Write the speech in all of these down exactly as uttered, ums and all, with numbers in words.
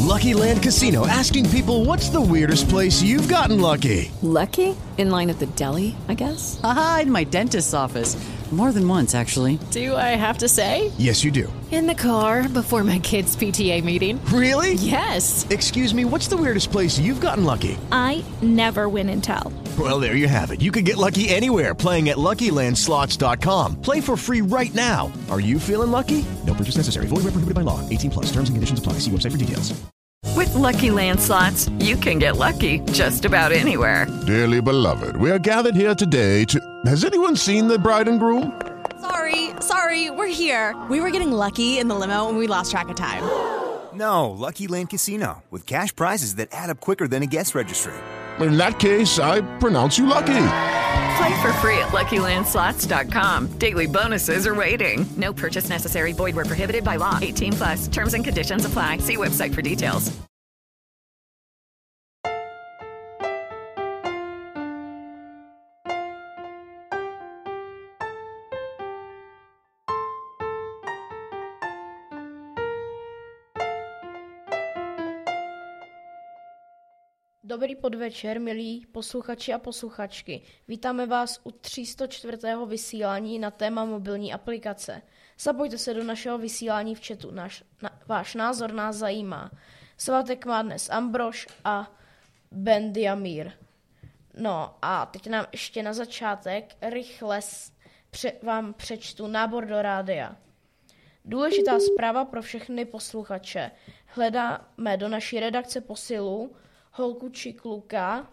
Lucky Land Casino, asking people, what's the weirdest place you've gotten lucky? Lucky? In line at the deli, I guess? Aha, in my dentist's office. More than once, actually. Do I have to say? Yes, you do. In the car before my kids' P T A meeting. Really? Yes. Excuse me, what's the weirdest place you've gotten lucky? I never win and tell. Well, there you have it. You can get lucky anywhere, playing at Lucky Land Slots dot com. Play for free right now. Are you feeling lucky? No purchase necessary. Void where prohibited by law. eighteen plus. Terms and conditions apply. See website for details. With Lucky Land Slots, you can get lucky just about anywhere. Dearly beloved, we are gathered here today to... Has anyone seen the bride and groom? Sorry, sorry, we're here. We were getting lucky in the limo and we lost track of time. No, Lucky Land Casino, with cash prizes that add up quicker than a guest registry. In that case, I pronounce you lucky. Play for free at Lucky Land Slots dot com. Daily bonuses are waiting. No purchase necessary. Void where prohibited by law. eighteen plus. Terms and conditions apply. See website for details. Dobrý podvečer, milí posluchači a posluchačky. Vítáme vás u tři sta čtvrtého vysílání na téma mobilní aplikace. Zapojte se do našeho vysílání v chatu, Náš, na, váš názor nás zajímá. Svátek má dnes Ambrož a Ben Diamír. No a teď nám ještě na začátek rychle pře, vám přečtu nábor do rádia. Důležitá zpráva pro všechny posluchače. Hledáme do naší redakce posilu holku či kluka,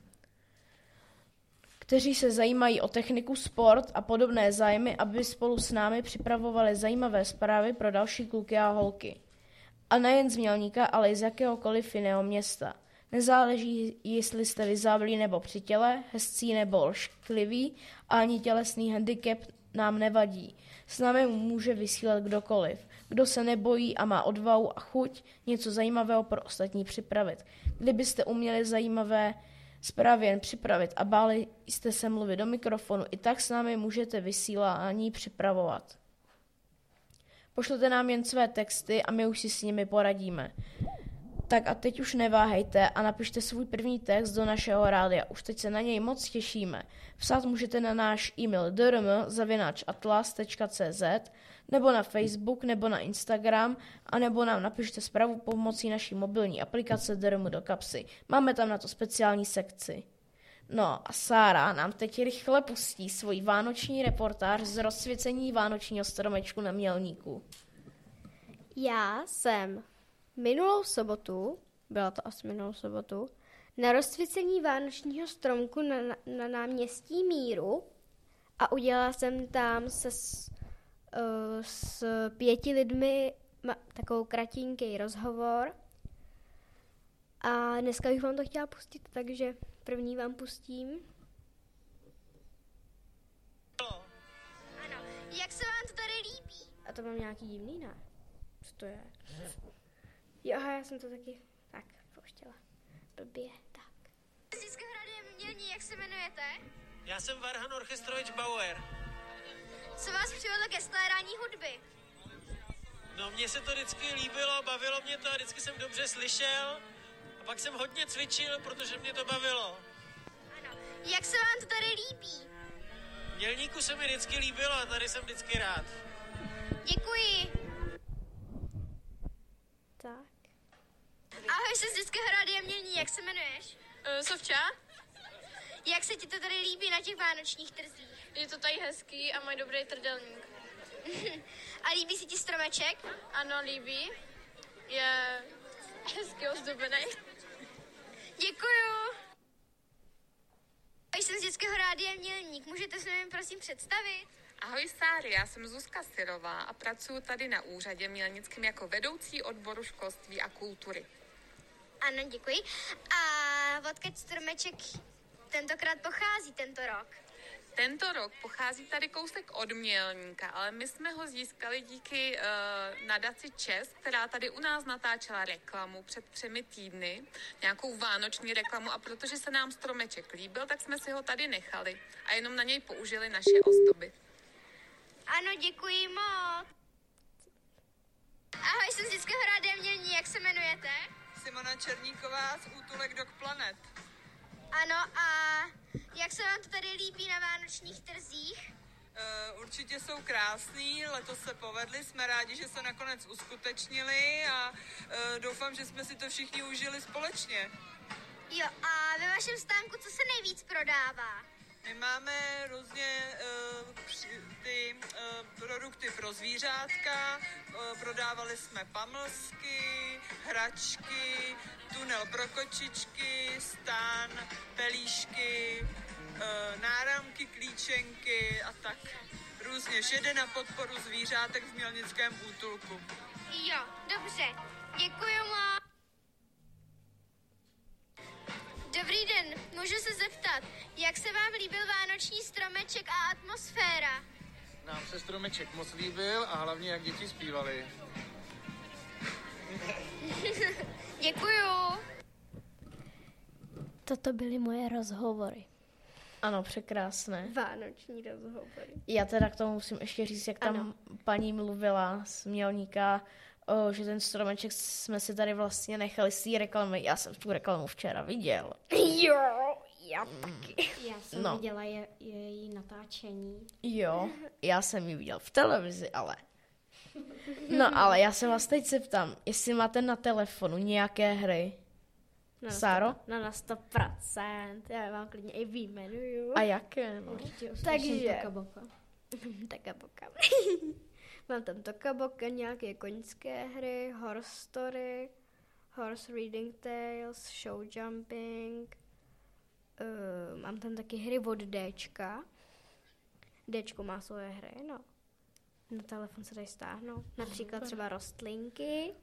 kteří se zajímají o techniku, sport a podobné zájmy, aby spolu s námi připravovali zajímavé zprávy pro další kluky a holky. A nejen z Mělníka, ale i z jakéhokoliv jiného města. Nezáleží, jestli jste vyzáblí nebo při těle, hezcí nebo ošklivý, a ani tělesný handicap nám nevadí. S námi může vysílat kdokoliv, kdo se nebojí a má odvahu a chuť něco zajímavého pro ostatní připravit. Kdybyste uměli zajímavé zprávy jen připravit a báli jste se mluvit do mikrofonu, i tak s námi můžete vysílání připravovat. Pošlete nám jen své texty a my už si s nimi poradíme. Tak a teď už neváhejte a napište svůj první text do našeho rádia. Už teď se na něj moc těšíme. Psát můžete na náš e-mail d r m zavináč atlas tečka c z nebo na Facebook nebo na Instagram, a nebo nám napište zprávu pomocí naší mobilní aplikace D R M do kapsy. Máme tam na to speciální sekci. No a Sára nám teď rychle pustí svůj vánoční reportáž z rozsvěcení vánočního stromečku na Mělníku. Já jsem minulou sobotu, byla to asi minulou sobotu, na rozsvícení vánočního stromku na, na, na náměstí Míru a udělala jsem tam se s, uh, s pěti lidmi ma, takovou kratinký rozhovor a dneska bych vám to chtěla pustit, takže první vám pustím. Ano, jak se vám to tady líbí? A to mám nějaký divný, ne? Co to je? Jo, aha, já jsem to taky tak pouštěla. Blbě, tak. Vždycky hraje Mělník, jak se jmenujete? Já jsem Varhan Orchestrovič Bauer. Co vás přivedlo ke skládání hudby? No, mně se to vždycky líbilo, bavilo mě to a vždycky jsem dobře slyšel. A pak jsem hodně cvičil, protože mě to bavilo. Ano. Jak se vám to tady líbí? V Mělníku se mi vždycky líbilo a tady jsem vždycky rád. Děkuji. Tak. Ahoj, jsem z Dětského rádia Mělník, jak se jmenuješ? Uh, Sovča. Jak se ti to tady líbí na těch vánočních trzích? Je to tady hezký a mají dobrý trdelník. A líbí se ti stromeček? Ano, líbí. Je hezky ozdobený. Děkuju. Jsem z Dětského rádia Mělník, můžete se mi prosím představit? Ahoj Sáry, já jsem Zuzka Syrová a pracuji tady na úřadě mělnickém jako vedoucí odboru školství a kultury. Ano, děkuji. A odkud stromeček tentokrát pochází tento rok? Tento rok pochází tady kousek od Mělníka, ale my jsme ho získali díky uh, nadaci Čes, která tady u nás natáčela reklamu před třemi týdny, nějakou vánoční reklamu, a protože se nám stromeček líbil, tak jsme si ho tady nechali a jenom na něj použili naše ozdoby. Ano, děkuji moc. Ahoj, jsem z Dětského rádia Mělník, jak se jmenujete? Jana Černíková z Útulek Dog Planet. Ano, a jak se vám to tady líbí na vánočních trzích? Uh, určitě jsou krásný, letos se povedli, jsme rádi, že se nakonec uskutečnili a uh, doufám, že jsme si to všichni užili společně. Jo, a ve vašem stánku co se nejvíc prodává? My máme různě uh, při, ty uh, produkty pro zvířátka, uh, prodávali jsme pamlsky, hračky, tunel pro kočičky, stán, pelíšky, uh, náramky, klíčenky a tak různě. Všede na podporu zvířátek v Mělnickém útulku. Jo, dobře, děkuji moc. Dobrý den, můžu se zeptat, jak se vám líbil vánoční stromeček a atmosféra? Nám se stromeček moc líbil a hlavně jak děti zpívali. Děkuju. Toto byly moje rozhovory. Ano, překrásné. Vánoční rozhovory. Já teda k tomu musím ještě říct, jak tam ano. paní mluvila z Mělníka, o, že ten stromeček jsme si tady vlastně nechali z té reklamy. Já jsem tu reklamu včera viděl. Jo, já taky. Já jsem no. viděla je, její natáčení. Jo, já jsem ji viděl v televizi, ale... No, ale já se vás teď zeptám, jestli máte na telefonu nějaké hry. No, Sáro? No na sto procent. Já vám klidně i vyjmenuju. A jaké? No? Takže... Tokaboka. Tokaboka. Mám tam Tokaboka, nějaké koňské hry, Horse Story, Horse Reading Tales, Show Jumping. Uh, mám tam taky hry od Dčka. Dčko má svoje hry, no. Na telefon se dají stáhnout. Například třeba Rostlinky,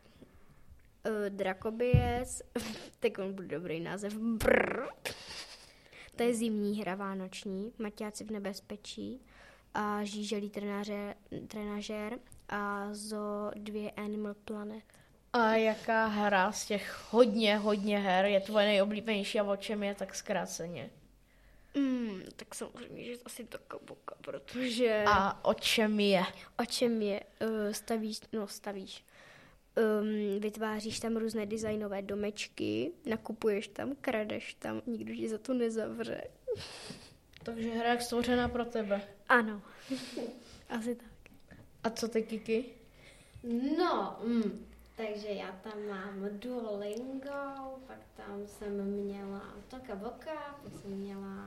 uh, Drakobiec, tak on bude dobrý název. Brrr. To je zimní hra vánoční, Maťáci v nebezpečí a Žíželí trenáře, trenažér a Zoo dva Animal Planet. A jaká hra z těch hodně, hodně her je tvoje nejoblíbenější a o čem je tak zkráceně? Mm, tak samozřejmě, že asi Tokaboka, protože... A o čem je? O čem je? Uh, stavíš, no stavíš. Um, vytváříš tam různé designové domečky, nakupuješ tam, kradeš tam, nikdo ti za to nezavře. Takže hra je stvořená pro tebe. Ano, asi tak. A co ty, Kiki? No, mm, takže já tam mám Duolingo, pak tam jsem měla Tokaboka, pak jsem měla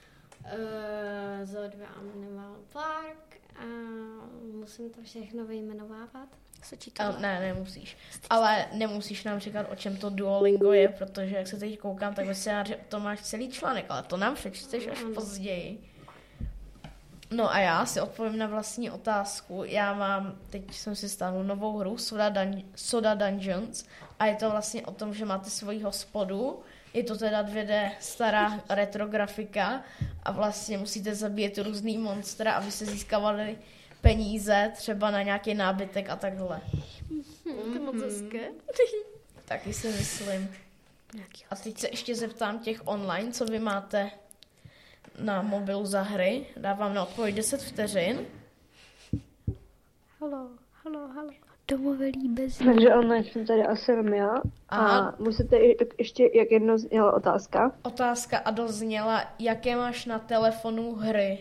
uh, Zoo dva Animal Park a musím to všechno vyjmenovávat. A, ne, nemusíš. Ale nemusíš nám říkat, o čem to Duolingo je, protože jak se teď koukám, tak vlastně to máš celý článek, ale to nám přečteš až později. No a já si odpovím na vlastní otázku. Já mám, teď jsem si stáhnul novou hru, Soda, Dun- Soda Dungeons, a je to vlastně o tom, že máte svoji hospodu. Je to teda dvě dé stará retro grafika a vlastně musíte zabíjet různý monstra, aby se získávali peníze, třeba na nějaký nábytek a takhle. Hmm, to je moc hezké. Taky si myslím. A teď se ještě zeptám těch online, co vy máte na mobilu za hry. Dávám na odpověď deset vteřin. Halo, halo, halo. Domové líbezí. Takže online jsem tady asi jenom já. Aha. A můžete ještě, jak jedno zněla otázka? Otázka a dozněla, jaké máš na telefonu hry?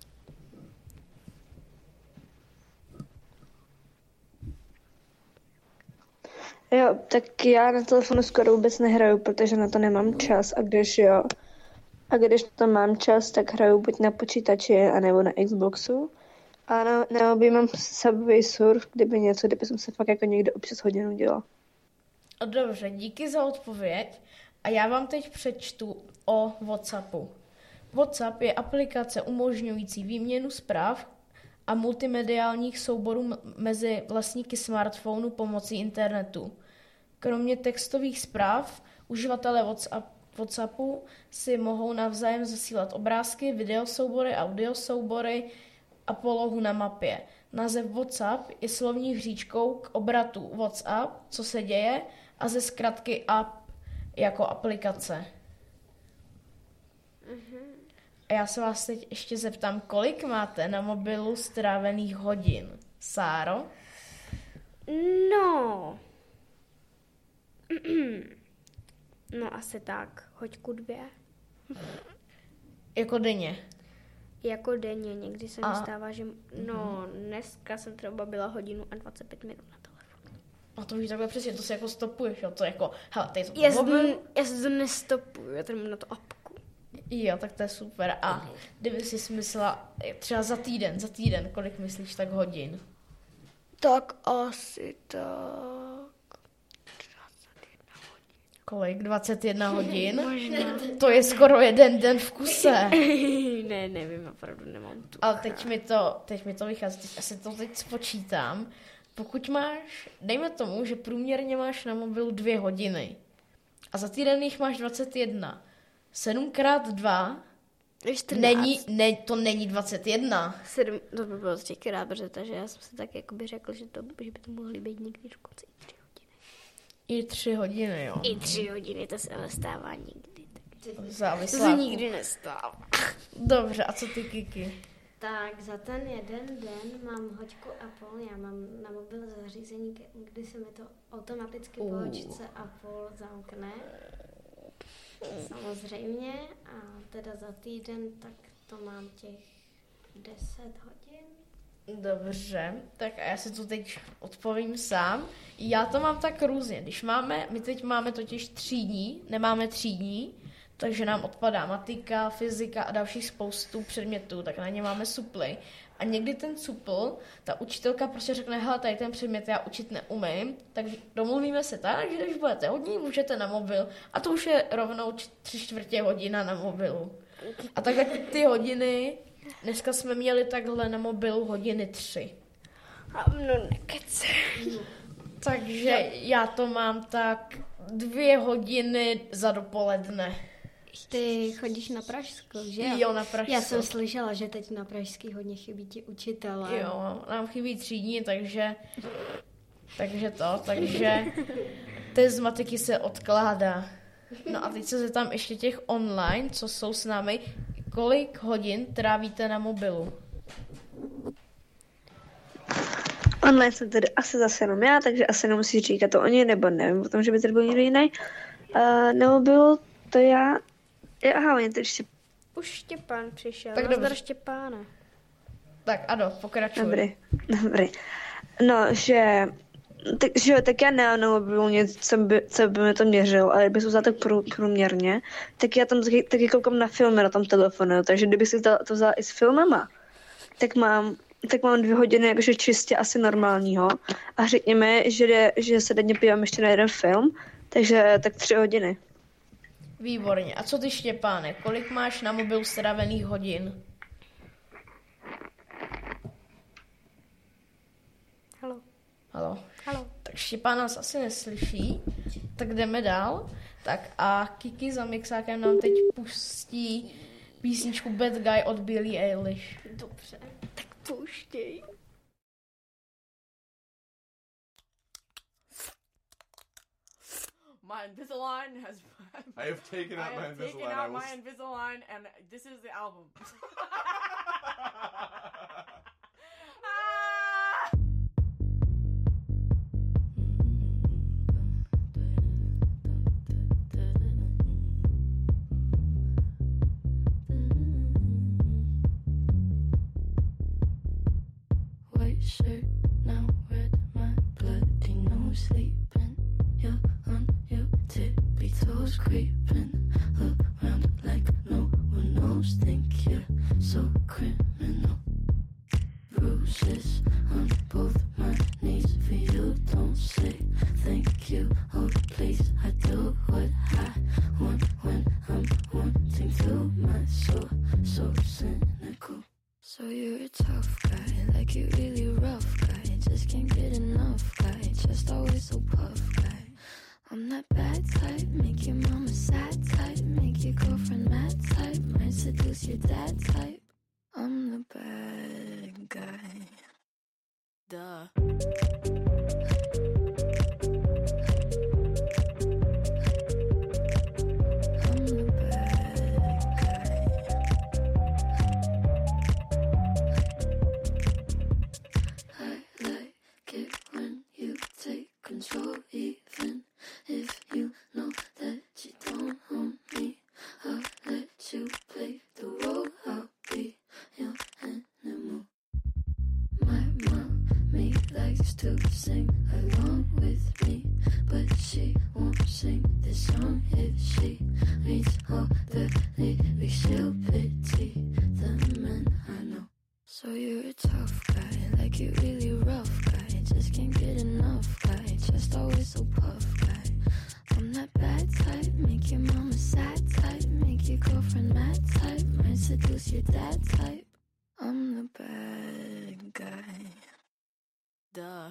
Jo, tak já na telefonu skoro vůbec nehraju, protože na to nemám čas a když jo, a když to mám čas, tak hraju buď na počítači, anebo na Xboxu. A ne, nebo mám Subway Surf, kdyby něco, kdyby jsem se fakt jako někde občas hodinu dělala. Dobře, díky za odpověď. A já vám teď přečtu o WhatsAppu. WhatsApp je aplikace umožňující výměnu zpráv a multimediálních souborů mezi vlastníky smartphonu pomocí internetu. Kromě textových zpráv uživatelé WhatsApp, WhatsAppu si mohou navzájem zasílat obrázky, videosoubory, audiosoubory a polohu na mapě. Název WhatsApp je slovní hříčkou k obratu WhatsApp, co se děje, a ze zkratky app jako aplikace. Mhm. A já se vás teď ještě zeptám, kolik máte na mobilu strávených hodin? Sáro? No. No asi tak, hoďku dvě. Jako denně? Jako denně, někdy se A- mi stává, že no dneska jsem třeba byla hodinu a dvacet pět minut na telefonu. A to víš takhle přesně, to si jako stopuješ, jo, to jako, hele, tady to Já si, mobil. já si to nestopuju, já tady mám na to apku. Jo, tak to je super. A kdyby si smyslela, třeba za týden, za týden, kolik myslíš tak hodin? Tak asi tak. Kolik? dvacet jedna hodin? Možná. To je skoro jeden den v kuse. Ne, nevím, opravdu nemám tu. Ale teď mi to, teď mi to vychází, teď asi to teď spočítám. Pokud máš, dejme tomu, že průměrně máš na mobilu dvě hodiny a za týden jich máš dvacet jedna. sedm krát dva není, ne, to není dvacet jedna. Sedm, to by bylo třikrát, protože takže já jsem si tak jakoby řekl, že, to, že by to mohly být někdy dokonce i tři hodiny. I tři hodiny, jo. I tři hodiny, to se ale stává nikdy. Závislá. To se nikdy nestává. Dobře, a co ty, Kiki? Tak za ten jeden den mám hoďku a půl, já mám na mobil zařízení, kdy se mi to automaticky po hoďce a půl zamkne. Samozřejmě a teda za týden tak to mám těch deset hodin. Dobře, tak a já si to teď odpovím sám. Já to mám tak různě. Když máme, my teď máme totiž třídní, nemáme třídní, takže nám odpadá matika, fyzika a dalších spoustu předmětů, tak na ně máme suply. A někdy ten supl, ta učitelka prostě řekne, hele, tady ten předmět já učit neumím, takže domluvíme se tak, že když budete hodní, můžete na mobil. A to už je rovnou tři čtvrtě hodina na mobilu. A takhle ty hodiny, dneska jsme měli takhle na mobilu hodiny tři. A no nekece. Takže já to mám tak dvě hodiny za dopoledne. Ty chodíš na Pražskou, že jo? Jo, na Pražskou. Já jsem slyšela, že teď na Pražský hodně chybí ti učitelé. Jo, nám chybí třídní, takže, takže to, takže test z matiky se odkládá. No a teď se zeptám ještě těch online, co jsou s námi, kolik hodin trávíte na mobilu? Online jsem tedy asi zase jenom já, takže asi nemusíš říkat to oni, nebo nevím o tom, že by tady byl někdo jiný. Uh, nebo bylo to já. Aha, oni to ještě... Už Štěpán přišel. Tak Nazdar dobře. Štěpáne. Tak Ado, pokračuj. Dobrý, dobrý. No, že... Tak, že jo, tak já nemám na mobilu nic, co by, co by mi to měřil, ale kdybych to vzala tak prů, průměrně, tak já tam taky, taky koukám na filmy na tom telefonu, takže kdybych si to, to vzala i s filmama, tak mám, tak mám dvě hodiny jakože čistě asi normálního a řekněme, že, že se denně podívám ještě na jeden film, takže tak tři hodiny. Výborně. A co ty, Štěpáne, kolik máš na mobilu strávených hodin? Halo. Halo. Halo. Tak Štěpán nás asi neslyší, tak jdeme dál. Tak a Kiki za mixákem nám teď pustí písničku Bad Guy od Billie Eilish. Dobře, tak pouštěj. My Invisalign has... I have taken out I my have Invisalign. taken I out will my s- Invisalign, and this is the album. White shirt, now red, my bloody nose sleeping. You're on your tippy toes, creeping around like no one knows. Think you're so criminal. Bruises on both my knees for you. Don't say thank you. Oh, please, I do what I want when I'm wanting to. My soul, so cynical. So you're a tough guy, like you really rough guy. Just can't get enough guy, just always so puff guy. I'm that bad type, make your mama sad type, make your girlfriend mad type, might seduce your dad type. I'm the bad guy. Duh. Control, even if you know that you likes to sing along with me, but she won't sing this song if she reads all the lyrics. She'll pity the men I know. So you're a tough guy, like you really rough guy, just can't get enough guy, just always so puff guy. I'm that bad type, make your mama sad type, make your girlfriend mad type, might seduce your dad type. I'm the bad guy. Duh.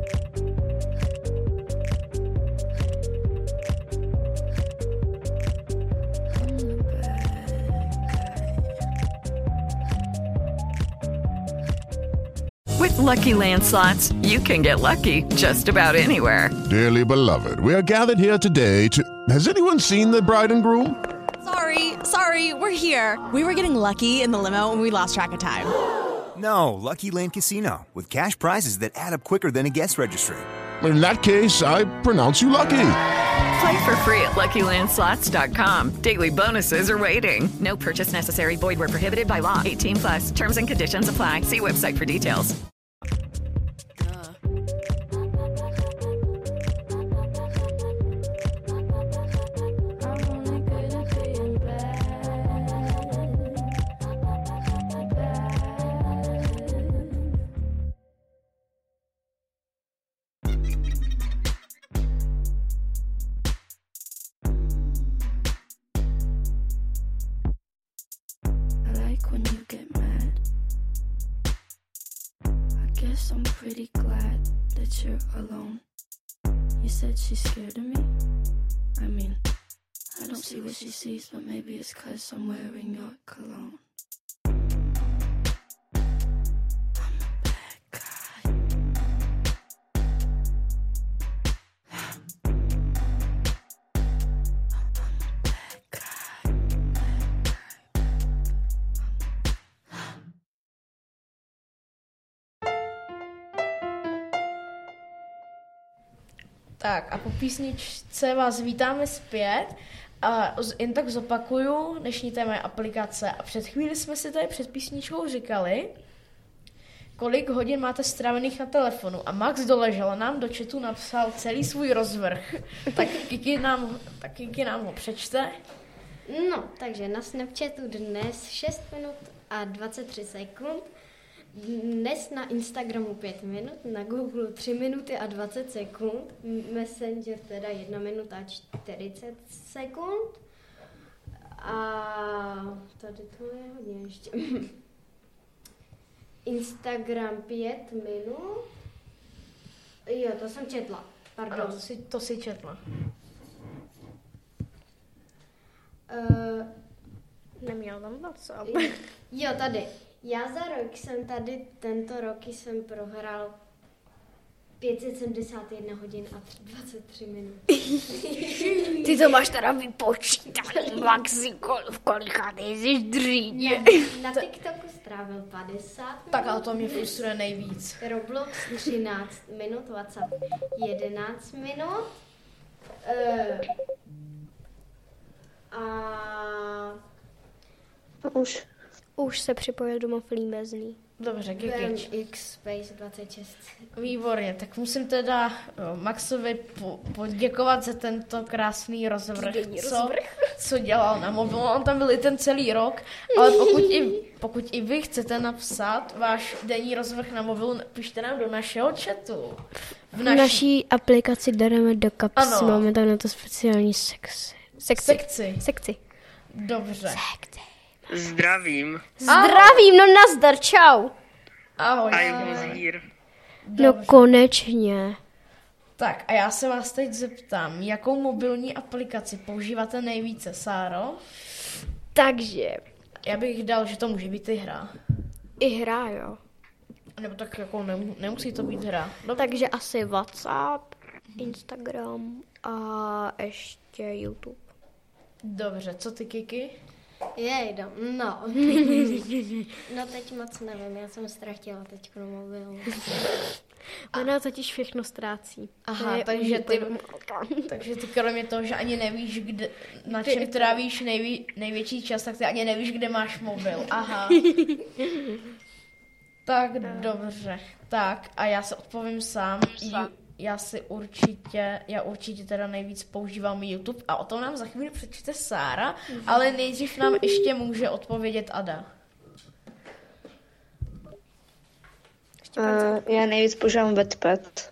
With Lucky Land Slots, you can get lucky just about anywhere. Dearly beloved, we are gathered here today to... Has anyone seen the bride and groom? Sorry, sorry, we're here. We were getting lucky in the limo and we lost track of time. No, Lucky Land Casino, with cash prizes that add up quicker than a guest registry. In that case, I pronounce you lucky. Play for free at Lucky Land Slots dot com. Daily bonuses are waiting. No purchase necessary. Void where prohibited by law. eighteen plus. Terms and conditions apply. See website for details. I'm pretty glad that you're alone. You said she's scared of me? I mean, I don't see what she sees, but maybe it's 'cause I'm wearing your cologne. Tak a po písničce vás vítáme zpět a jen tak zopakuju, dnešní téma je aplikace a před chvíli jsme si tady před písničkou říkali, kolik hodin máte strávených na telefonu a Max Doležel nám do chatu napsal celý svůj rozvrh, tak Kiki nám, tak Kiki nám ho přečte. No, takže na Snapchatu dnes šest minut a dvacet tři sekund, dnes na Instagramu pět minut, na Google tři minuty a dvacet sekund, Messenger teda jedna minuta a čtyřicet sekund a tady to je hodně ještě. Instagram pět minut, jo, to jsem četla, pardon. Ano, to si, to si četla. Uh, Neměl tam WhatsApp. Jo, tady. Já za rok jsem tady, tento rok jsem prohrál pět set sedmdesát jedna hodin a dvacet tři minut. Ty to máš teda vypočítaný, Maxi, kol, v kolikátý jsi dříně. Na, na TikToku strávil padesát minut. Tak ale to mě frustruje nejvíc. Roblox třináct minut, WhatsApp jedenáct minut. Uh, a... Už. Už se připojil domofilý mezný. Dobře, Kikič. X Space dvacet šest. Výborně, tak musím teda jo, Maxovi po, poděkovat za tento krásný rozvrh, co, rozvrh. co dělal na mobilu. On tam byl i ten celý rok, ale pokud i, pokud i vy chcete napsat váš denní rozvrh na mobilu, pište nám do našeho chatu. V naší, v naší aplikaci dareme do kapsy, máme tam na to speciální sexy. Sekci. Sekci. Sekci. Dobře. Sekci. Zdravím. Zdravím, no nazdar, čau. Ahoj. Ahoj. No konečně. Tak a já se vás teď zeptám, jakou mobilní aplikaci používáte nejvíce, Sáro? Takže. Já bych dal, že to může být i hra. I hra, jo. Nebo tak jako nemus- nemusí to být hra. Dob- Takže asi WhatsApp, Instagram a ještě YouTube. Dobře, co ty, Kiki? Jej, no. No teď moc nevím, já jsem ztratila teď na mobil. Ona totiž všechno ztrácí. Aha, takže ty, takže ty kromě toho, že ani nevíš, kde, na čem trávíš nejví, největší čas, tak ty ani nevíš, kde máš mobil. Aha. Tak dobře, tak a já se odpovím sám. Ju, já si určitě, já určitě teda nejvíc používám YouTube a o tom nám za chvíli přečte Sára, mm-hmm. ale nejdřív nám ještě může odpovědět Ada. Uh, já nejvíc používám Wattpad.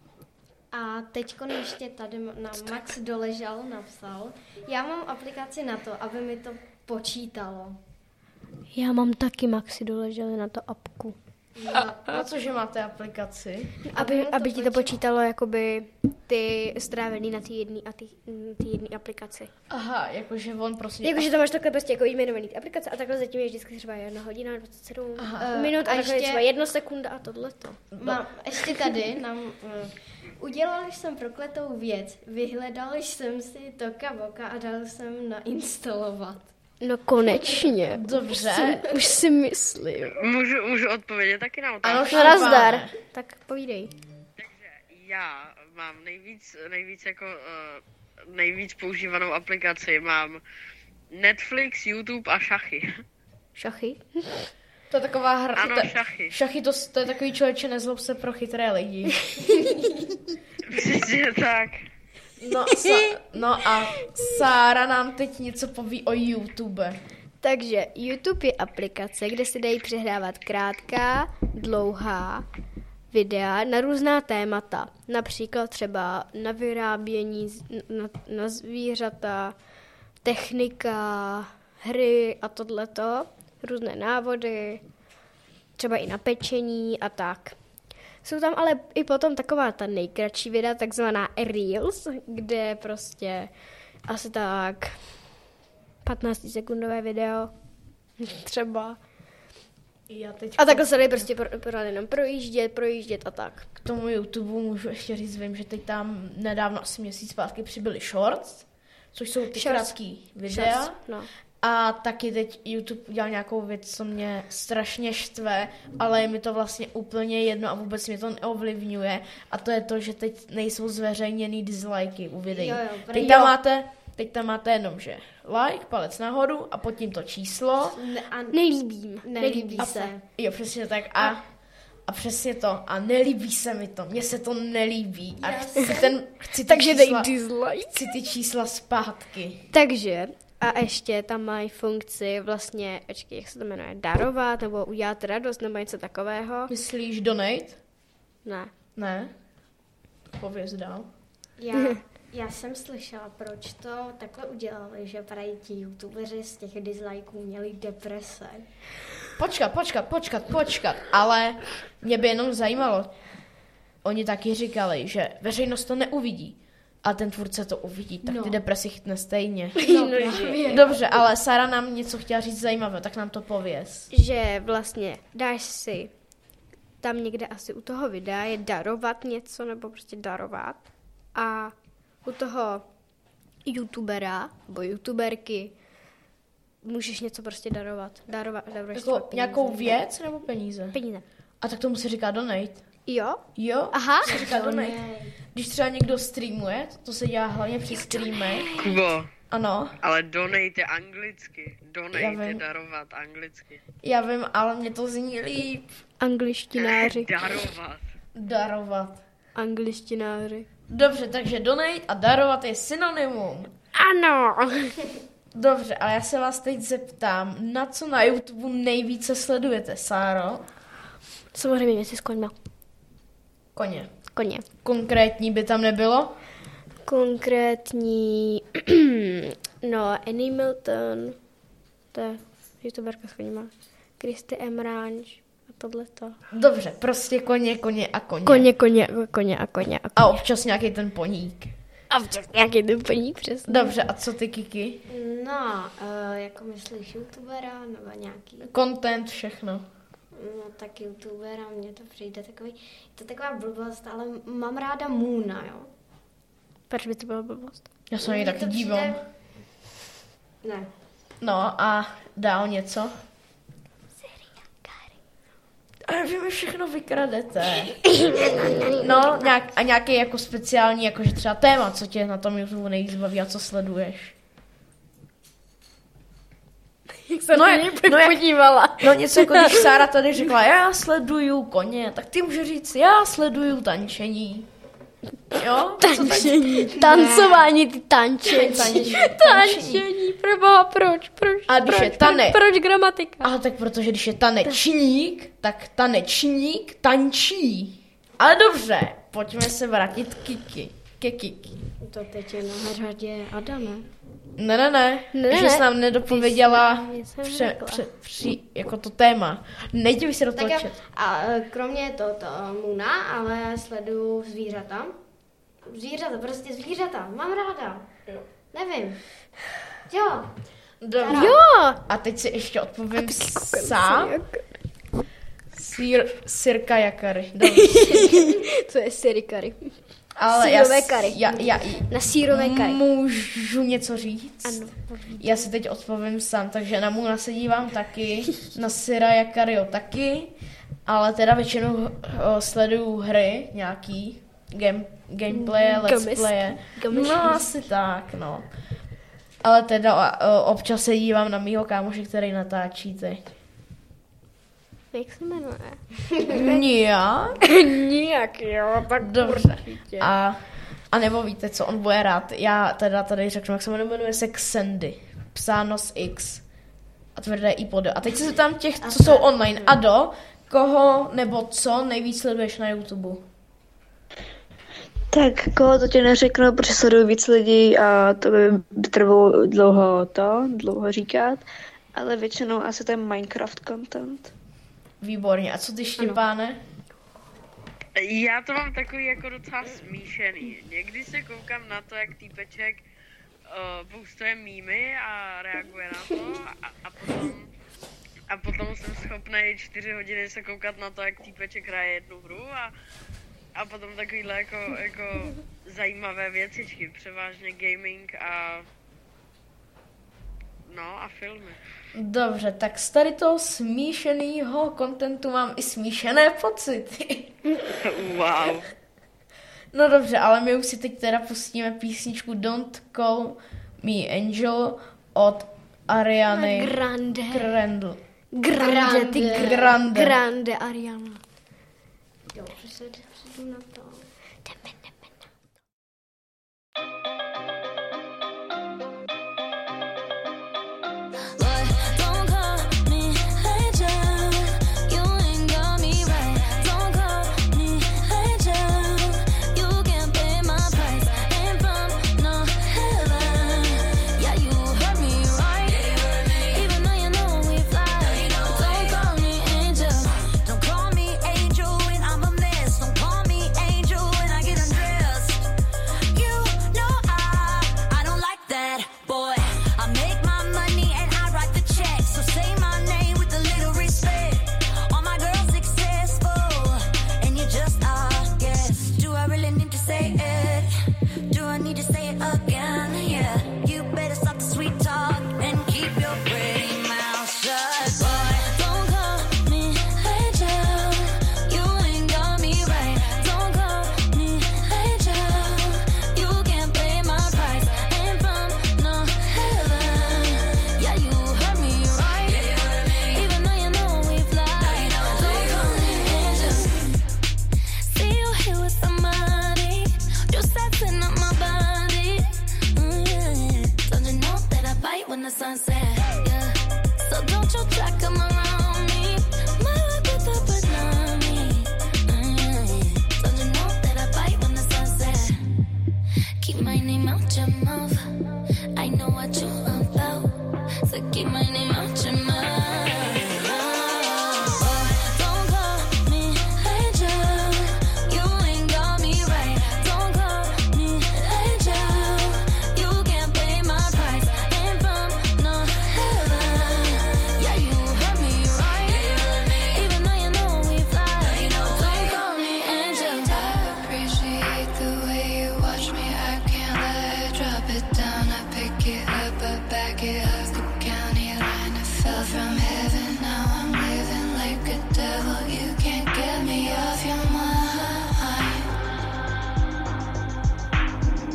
A teďko ještě tady nám Max Doležal napsal, já mám aplikaci na to, aby mi to počítalo. Já mám taky Maxi Doleželi na to apku. A na cože máte aplikaci? Aby, aby ti to počítalo jakoby ty strávený na té jedné a ty, ty jedné aplikaci. Aha, jakože on prostě... Jakože to máš takhle prostě jako jmenovaný ty aplikace a takhle zatím je vždycky třeba jedna hodina, dvacet sedm Aha. minut a, a takhle ještě... třeba jedna sekunda a tohleto. Mám ještě tady nám... Uh, udělal jsem prokletou věc, vyhledal jsem si Toka Boka a dal jsem nainstalovat. No konečně. Dobře. Si, už si myslím. Můžu, můžu odpovědět taky na otázku? Ano, nazdar. Tak povídej. Takže já mám nejvíc, nejvíc jako uh, nejvíc používanou aplikaci. Mám Netflix, YouTube a šachy. Šachy? To je taková hra. Ano, to, šachy. Šachy, to, to je takový člověče, nezlob se pro chytré lidi. Přesně tak. No, sa, no a Sára nám teď něco poví o YouTube. Takže YouTube je aplikace, kde se dají přehrávat krátká, dlouhá videa na různá témata. Například třeba na vyrábění, na, na zvířata, technika, hry a tohleto. Různé návody, třeba i na pečení a tak. Jsou tam ale i potom taková ta nejkratší videa, takzvaná Reels, kde prostě asi tak patnáctisekundové video třeba. Já teď a takhle se dají prostě pro, pro, jenom projíždět, projíždět a tak. K tomu YouTube můžu ještě říct, vím, že teď tam nedávno asi měsíc zpátky přibyly shorts, což jsou ty krátký videa. Shorts, no. A taky teď YouTube udělal nějakou věc, co mě strašně štve, ale je mi to vlastně úplně jedno a vůbec mě to neovlivňuje. A to je to, že teď nejsou zveřejněný dislikey u videí. Jo, jo, teď, tam máte, teď tam máte jenom, že like, palec nahoru a pod tím to číslo. Ne, a nelíbí. Nelíbí a, se. Jo, přesně tak. A, a přesně to. A nelíbí se mi to. Mně se to nelíbí. A chci, ten, chci ty Takže čísla, dej dislike. Chci ty čísla zpátky. Takže... A ještě tam mají funkci vlastně, počkej, jak se to jmenuje, darovat, nebo udělat radost, nebo něco takového. Myslíš donate? Ne. Ne? Pověz dál. Já, já jsem slyšela, proč to takhle udělali, že právě ti youtubeři z těch dislikeů měli deprese. Počkat, počkat, počkat, počkat, ale mě by jenom zajímalo. Oni taky říkali, že veřejnost to neuvidí. A ten tvůrce to uvidí, tak no. ty depresi chytne stejně. No, no, dobře, ale Sára nám něco chtěla říct zajímavé, tak nám to pověz. Že vlastně dáš si tam někde asi u toho videa je darovat něco, nebo prostě darovat. A u toho youtubera, nebo youtuberky, můžeš něco prostě darovat. Darovat, darovat jako nějakou věc nebo peníze? Peníze. A tak tomu se říká donate. Jo? Jo? Aha. Se říká donate. Když třeba někdo streamuje, to se dělá hlavně při streamech. Kubo. Ano. Ale donate je anglicky. Donate je darovat anglicky. Já vím, ale mě to zní líp. Angličtináři. Darovat. Darovat. Angličtináři. Dobře, takže donate a darovat je synonymum. Ano. Dobře, ale já se vás teď zeptám, na co na YouTube nejvíce sledujete, Sáro? Samozřejmě věci s koňma. Koně. Koně. Konkrétní by tam nebylo? Konkrétní, no, Annie Milton, to je youtuberka s koněma, Kristy M. Ranch a tohleto. Dobře, prostě koně, koně a koně. Koně, koně, koně a koně a koně. A občas nějaký ten poník. A občas nějaký ten poník, přesně. Dobře, a co ty, Kiki? No, uh, jako myslíš youtubera nebo nějaký? Content, všechno. No tak youtubera, mně to přijde takový, je to taková blbost, ale mám ráda Moona, jo. Proč by to byla blbost? Já se na něj taky dívám. Přijde... Ne. No a dál něco? A vy mi všechno vykradete. No nějak, a nějaký jako speciální, jakože třeba téma, co tě na tom YouTube nejvíc baví a co sleduješ? Jak se no, na něj no, podívala. No něco jako když Sára tady řekla, já sleduju koně, tak ty může říct, já sleduju tančení. Jo? Tančení, tancování, ty tančení. Tančení, tančení, proboha, proč, proč, a když proč, je tane... proč, proč gramatika? A tak protože když je tanečník, tak tanečník tančí. Ale dobře, pojďme se vrátit k Kiki. Ke Kiki. To teď je na řadě Ada, ne? Ne, ne, ne, ne, že ne. jsi nám nedopověděla Jsi, pře, pře, při, jako to téma. Nejdi by si do toho čet. A kromě to, to Muna, ale sleduju zvířata. Zvířata, prostě zvířata, mám ráda. Jo. Nevím. Jo. Dobře. Jo. A teď si ještě odpovím sám. Sír, sirka jakary. Co je sirikary? Ale sírové já, kary. Já, já, na sírové kary. Můžu něco říct? Ano. Já si teď odpovím sám, takže na Muna se dívám taky, na Syra Jakario taky, ale teda většinou uh, sleduju hry nějaký, game, gameplaye, let's playe. No asi tak, no. Ale teda uh, občas se dívám na mýho kámoše, který natáčí teď. Jak se jmenuje? Nijak. Nijak, jo, tak dobře. A, a nebo víte, co on bude rád. Já teda tady řeknu, jak se jmenuje, se Xandy. Psáno s X. A tvrdé i pod. A teď se tam těch, co jsou online. Ado, koho nebo co nejvíc sleduješ na YouTube? Tak koho to ti neřeknu, protože sleduju víc lidí a to by trvalo dlouho to, dlouho říkat. Ale většinou asi to je Minecraft content. Výborně. A co ty, Štěpáne? Já to mám takový jako docela smíšený. Někdy se koukám na to, jak týpeček uh, postuje mýmy a reaguje na to a, a potom a potom jsem schopný čtyři hodiny se koukat na to, jak týpeček hraje jednu hru a, a potom takovýhle jako, jako zajímavé věcičky, převážně gaming a no a filmy. Dobře, tak z tady toho smíšenýho kontentu mám i smíšené pocity. Wow. No dobře, ale my už si teď teda pustíme písničku Don't Call Me Angel od Ariany Grande. Grande. Grande, ty Grande. Grande Ariana. Dobře se přijdu na to. Jdeme, jdeme na to.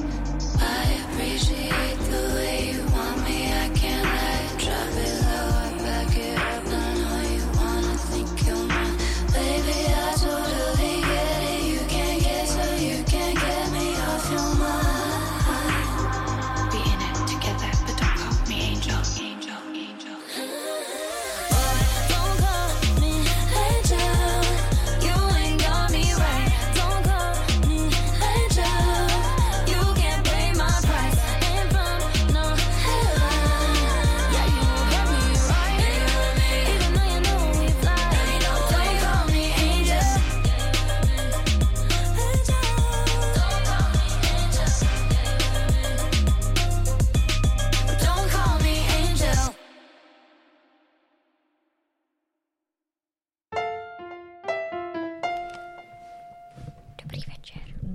Appreciate the way you want me. I can't let it drop it lower.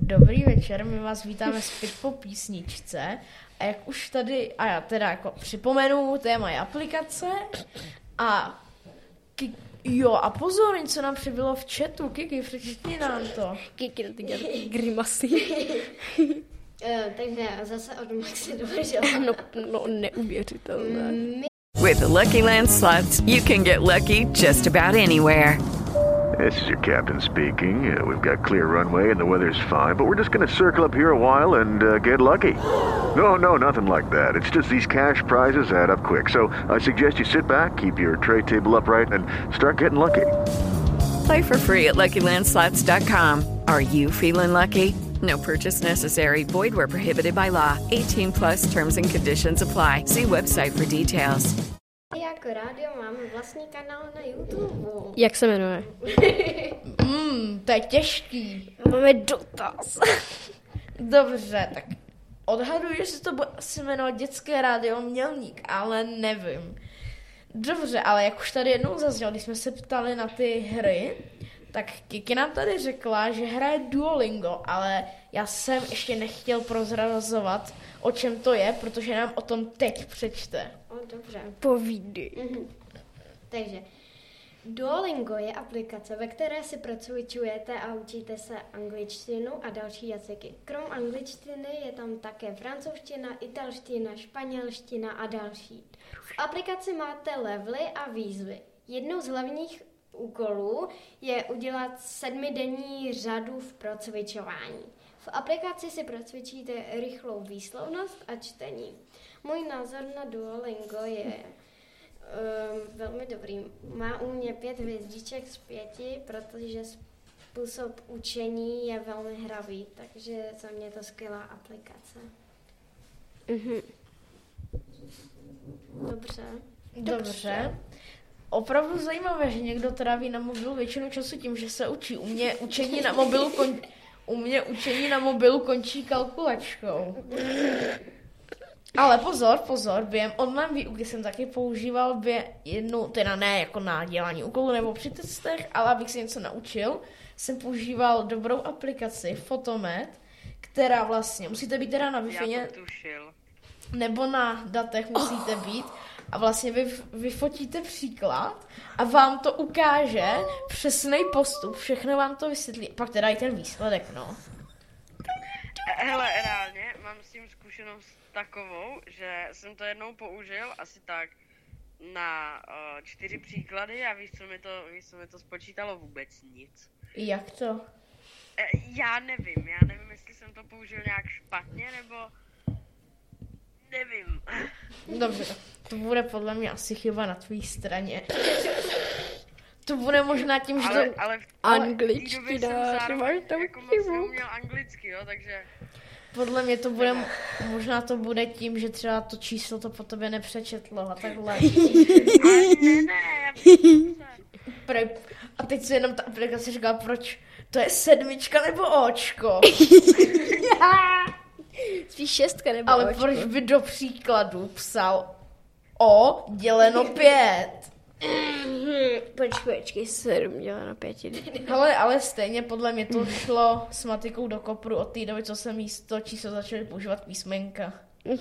Dobrý večer, my vás vítáme zpět po písničce a jak už tady, a já teda jako připomenu, téma je aplikace a ki, jo a pozor, něco nám přibylo v chatu, Kiki, přečti nám to. Kiki, ty dělají grimasy. Uh, takže zase od Maxi doležela. No, no neuvěřitelné. My... With Lucky Land Slots, you can get lucky just about anywhere. This is your captain speaking. Uh, we've got clear runway and the weather's fine, but we're just going to circle up here a while and uh, get lucky. No, no, nothing like that. It's just these cash prizes add up quick. So I suggest you sit back, keep your tray table upright, and start getting lucky. Play for free at Lucky Land Slots dot com. Are you feeling lucky? No purchase necessary. Void where prohibited by law. eighteen plus terms and conditions apply. See website for details. Jako rádio máme vlastní kanál na YouTube. Jak se jmenuje? mm, to je těžký. Máme dotaz. Dobře, tak odhaduji, že se to bude asi jmenovat Dětské rádio Mělník, ale nevím. Dobře, ale jak už tady jednou zaznělo, když jsme se ptali na ty hry, tak Kiki nám tady řekla, že hraje Duolingo, ale já jsem ještě nechtěl prozrazovat, o čem to je, protože nám o tom teď přečte. O, dobře. Povídej. Mhm. Takže Duolingo je aplikace, ve které si procvičujete a učíte se angličtinu a další jazyky. Krom angličtiny je tam také francouzština, italština, španělština a další. V aplikaci máte levely a výzvy. Jednou z hlavních úkolů je udělat sedmidenní řadu v procvičování. V aplikaci si procvičíte rychlou výslovnost a čtení. Můj názor na Duolingo je um, velmi dobrý. Má u mě pět hvězdiček z pěti, protože způsob učení je velmi hravý, takže za mě je to skvělá aplikace. Mhm. Dobře. Dobře. Opravdu zajímavé, že někdo tráví na mobilu většinu času tím, že se učí. U mě učení na mobilu, kon... U mě učení na mobilu končí kalkulačkou. Ale pozor, pozor, během online výuky jsem taky používal bě jednu, teda ne jako na dělání úkolů nebo při testech, ale abych si něco naučil, jsem používal dobrou aplikaci Photomet, která vlastně, musíte být teda na Wi-Fi nebo na datech musíte být a vlastně vy vyfotíte příklad a vám to ukáže přesný postup, všechno vám to vysvětlí, pak teda i ten výsledek, no. Hele, reálně mám s tím zkušenost takovou, že jsem to jednou použil asi tak na uh, čtyři příklady a víš, co mi to, víš, co mi to spočítalo? Vůbec nic. Jak to? E, já nevím, já nevím, jestli jsem to použil nějak špatně, nebo nevím. Dobře, tak to bude podle mě asi chyba na tvý straně. To bude možná tím, že ale, to... ale v angličtina, že máš tam jako moc neuměl anglicky, jo, takže... Podle mě to bude, možná to bude tím, že třeba to číslo to po tobě nepřečetlo a takhle. ne, ne, Pre... A teď si jenom ta aplikace říká, proč to je sedmička nebo očko? Spíš šestka nebo Ale očko. proč by do příkladu psal O děleno pět? Počkej, počkej, sedm děleno pěti. Ale, ale stejně podle mě to šlo s matikou do kopru od té doby, co jsem místo číslo začali používat písmenka.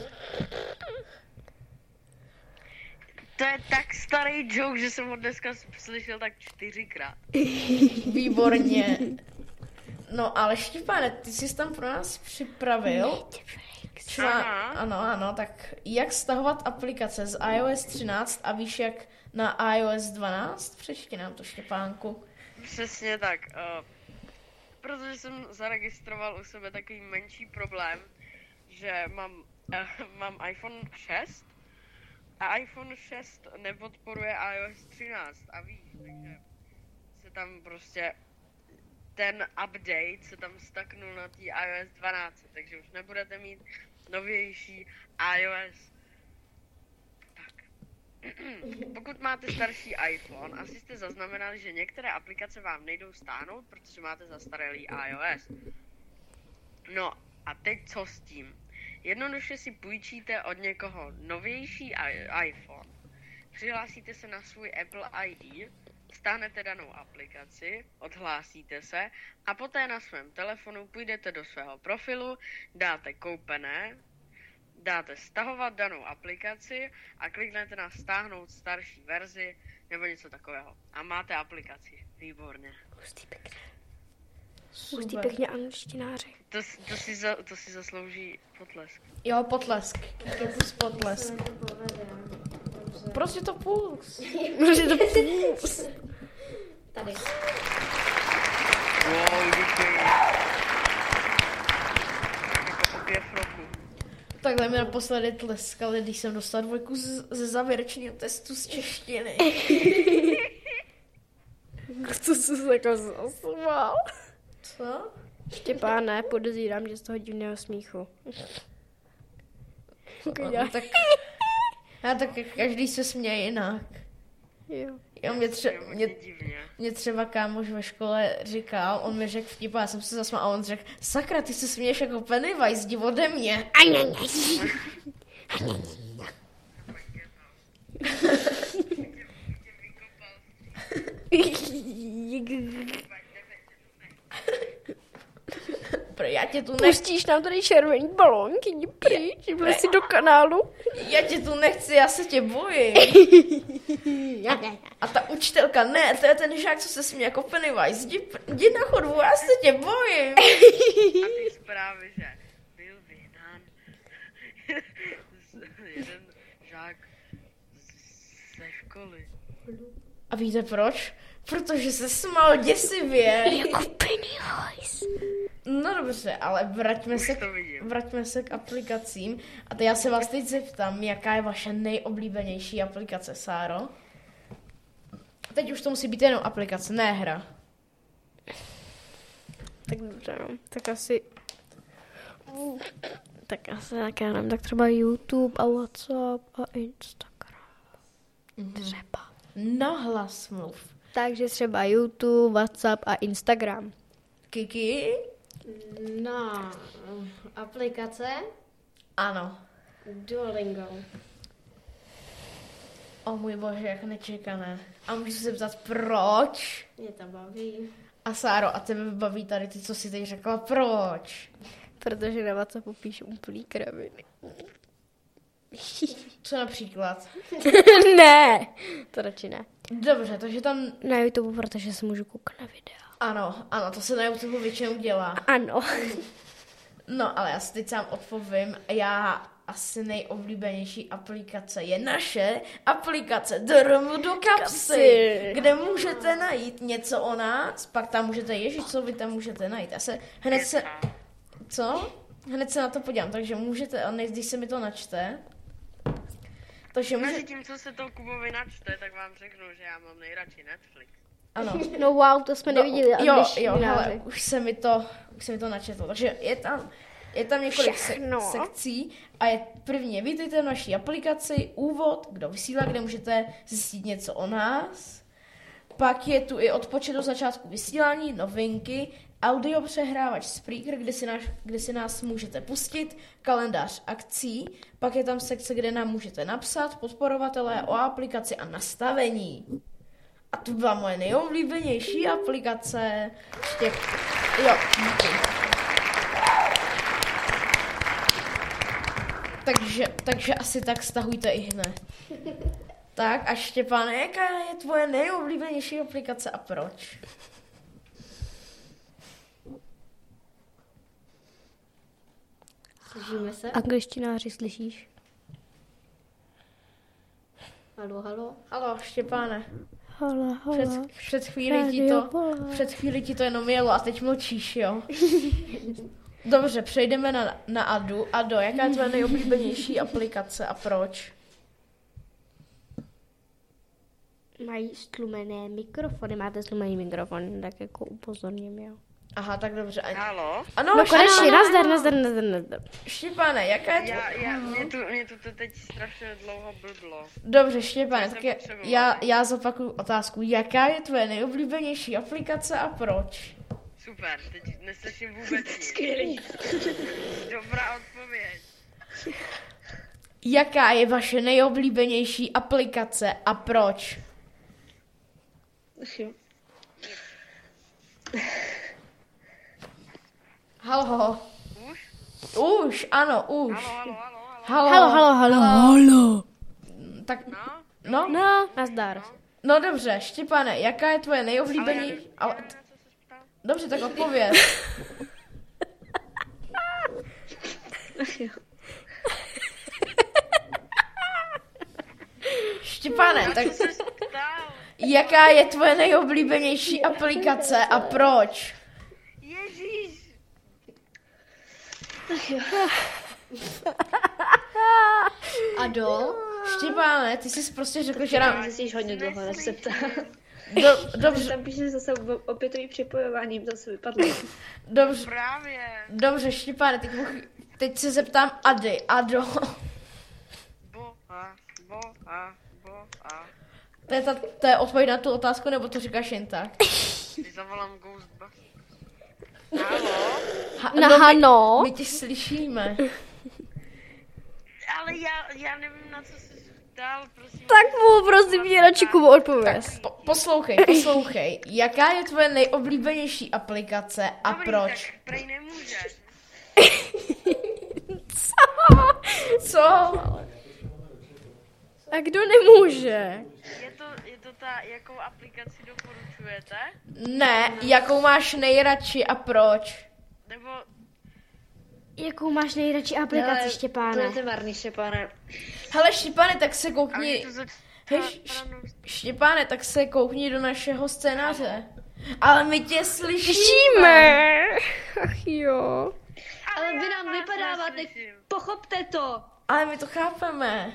To je tak starý joke, že jsem ho dneska slyšel tak čtyřikrát. Výborně. No ale Štěpáne, ty jsi tam pro nás připravil. Člán... Ano, ano, tak jak stahovat aplikace z i O S třináct a víš jak na i O S dvanáct? Přečti nám to, Štěpánku. Přesně tak. Uh, protože jsem zaregistroval u sebe takový menší problém, že mám, uh, mám iPhone šest a iPhone šest nepodporuje i O S třináct a víš, takže se tam prostě ten update se tam staknul na té i O S dvanáct, takže už nebudete mít novější iOS. Tak. Pokud máte starší iPhone, asi jste zaznamenali, že některé aplikace vám nejdou stáhnout, protože máte zastaralý iOS. No a teď co s tím? Jednoduše si půjčíte od někoho novější iPhone, přihlásíte se na svůj Apple I D stáhnete danou aplikaci, odhlásíte se a poté na svém telefonu půjdete do svého profilu, dáte koupené, dáte stahovat danou aplikaci a kliknete na stáhnout starší verzi nebo něco takového. A máte aplikaci. Výborně. Hustý pěkně. Hustý pěkně angličtináři. To, to, si za, to si zaslouží potlesk. Jo, potlesk. Plus potlesk. Prostě to puls. Prostě to puls. Tady. Wow, děkuji. Jako objev roku. Takhle mi naposledy tleskali, když jsem dostal dvojku z, ze závěrečného testu z češtiny. Co jsi se jako zasmál? Co? Štěpáne, podezírám, že z toho divného smíchu. No, tak, já tak každý se směje jinak. Jo. Jo, mě, tře- mě, mě třeba kámoš ve škole říkal, on mi řekl vtip a já jsem se zasmál a on řekl, sakra, ty se směješ jako Pennywise, jdi ode mě. Já tě tu nechci. Pustíš nám tady červený balónky, jdi pryč, jdi si do kanálu. Já tě tu nechci, já se tě bojím. A ta učitelka, ne, to je ten žák, co se směje jako Pennywise, jdi, jdi na chodbu, já se tě bojím. A ty zprávy, že byl vyhnán jeden žák ze školy. A víte proč? Protože se smál děsivě. Jako Pennywise. No dobře, ale vraťme se, k, vraťme se k aplikacím. A teď já se vás teď zeptám, jaká je vaše nejoblíbenější aplikace, Sáro? Teď už to musí být jenom aplikace, ne hra. Tak dobře, no. Tak asi... Tak asi tak já nevím, tak třeba YouTube a WhatsApp a Instagram. Třeba. Nahlas mluv. Takže třeba YouTube, WhatsApp a Instagram. Kiki? No, aplikace? Ano. Duolingo. O můj bože, jak nečekané. A můžu se zeptat, proč? Mě to baví. A Sáro, a tebe baví tady ty, co jsi teď řekla, proč? Protože na WhatsAppu píšu úplný kraviny. Co například? Ne, to radši ne. Dobře, takže tam... Na YouTube, protože se můžu koukat na videa. Ano, ano, to se na YouTube většinou dělá. Ano. No, ale já si teď sám odpovím. Já asi nejoblíbenější aplikace je naše aplikace Drmu do kapsy, kde můžete najít něco o nás, pak tam můžete, ježiš, co vy tam můžete najít. Já se hned se... Co? Hned se na to podívám, takže můžete, a než když se mi to načte. Takže Mezi může... tím, co se to Kubovi načte, tak vám řeknu, že já mám nejradši Netflix. Ano. No wow, to jsme no, neviděli. Jo, jo, hele, už se mi to, už se mi to načetlo. Takže je tam, je tam několik se- sekcí a je první, vítejte v naší aplikaci, úvod, kdo vysílá, kde můžete zjistit něco o nás. Pak je tu i odpočet do začátku vysílání, novinky, audio přehrávač Spreaker, kde si, náš, kde si nás můžete pustit, kalendář akcí, pak je tam sekce, kde nám můžete napsat, podporovatelé o aplikaci a nastavení. A to byla moje nejoblíbenější aplikace. Ještě... Jo, díky. Takže, takže asi tak stahujte i hned. Tak a Štěpáne, jaká je tvoje nejoblíbenější aplikace a proč? Slyšíme se? Angličtináři, slyšíš? Halo, halo. Halo, Štěpáne. Halo, halo. Před, před chvíli ti to, před chvíli ti to jenom jelo a teď mlčíš, jo? Dobře, přejdeme na, na Adu. Ado, jaká je tvoje nejoblíbenější aplikace a proč? Mají stlumené mikrofony. Máte stlumený mikrofon, tak jako upozorním, jo. Aha, tak dobře. Halo? Ano, no konečně, ano, nazdar, ano. nazdar, nazdar, nazdar. Štěpáne, jaká je Já, tvoje... já, mě, tu, mě tu to teď strašně dlouho blblo. Dobře, Štěpáne, Co tak jsem je, potřebovala? já, já zopakuju otázku. Jaká je tvoje nejoblíbenější aplikace a proč? Super, teď neslyším vůbec nic. Skvělý. Dobrá odpověď. Jaká je vaše nejoblíbenější aplikace a proč? Ach jo. Halo. Už? Už, ano, už. Halo, halo, halo. Halo, halo, halo, halo. Tak, No? no? No, nazdar. No dobře, Štěpáne, jaká je tvoje nejoblíbenější... Ale, ale... Dobře, tak odpověď. Štěpáne, tak jaká je tvoje nejoblíbenější aplikace a proč? Ježíš. A do? Štěpáne, ty jsi prostě řekl, že nám... Ty jsi hodně dlouho, než se ptá. Do, dobře. Tam píše zase opětovým připojováním, to se vypadlo. Dobře. Právě. Dobře, Štěpáne, teď, teď se zeptám Ady. Ado. Bo a, bo a, bo a. To je, ta, to je odpověď na tu otázku, nebo to říkáš jen tak? Ty zavolám Ghostbusters. Halo? Ha, Na no, Hano? My, my tě slyšíme. Ale já, já nevím, na co jsi ptal, prosím. Tak mu prosím tě radši Kubo odpověz. Po, poslouchej, poslouchej. Jaká je tvoje nejoblíbenější aplikace a Dobrý, proč? tak prej nemůžeš. Co? Co? A kdo nemůže? Je to, je to ta, jakou aplikaci doporučujete? Ne, jakou máš nejradši a proč? Nebo... Jakou máš nejradši aplikaci, Ale Štěpáne? To je to marný, Štěpáne. Hele, Štěpáne, tak se koukni... to zač- Hej, Š- Štěpáne, tak se koukni do našeho scénáře. Ale my tě slyšíme. Slyšíme. Ach jo. Ale vy nám vypadáváte, pochopte to. Ale my to chápeme.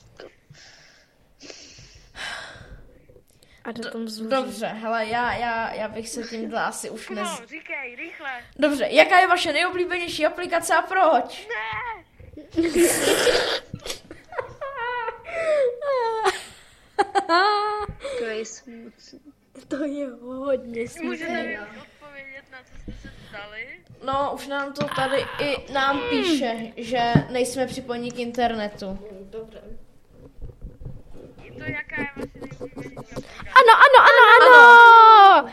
A do tom zůří. Dobře, hele, já, já, já bych se tímhle asi už Kubo, nez... říkej, rychle. Dobře, jaká je vaše nejoblíbenější aplikace a proč? Ne. To je smutný. To je hodně Můžete smutné. mi odpovědět, na co jste se ptali? No, už nám to tady i nám píše, že nejsme připojeni k internetu. Dobře. Je to, jaká je vaše nejoblíbenější aplikace? Ano, ano, ano, ano!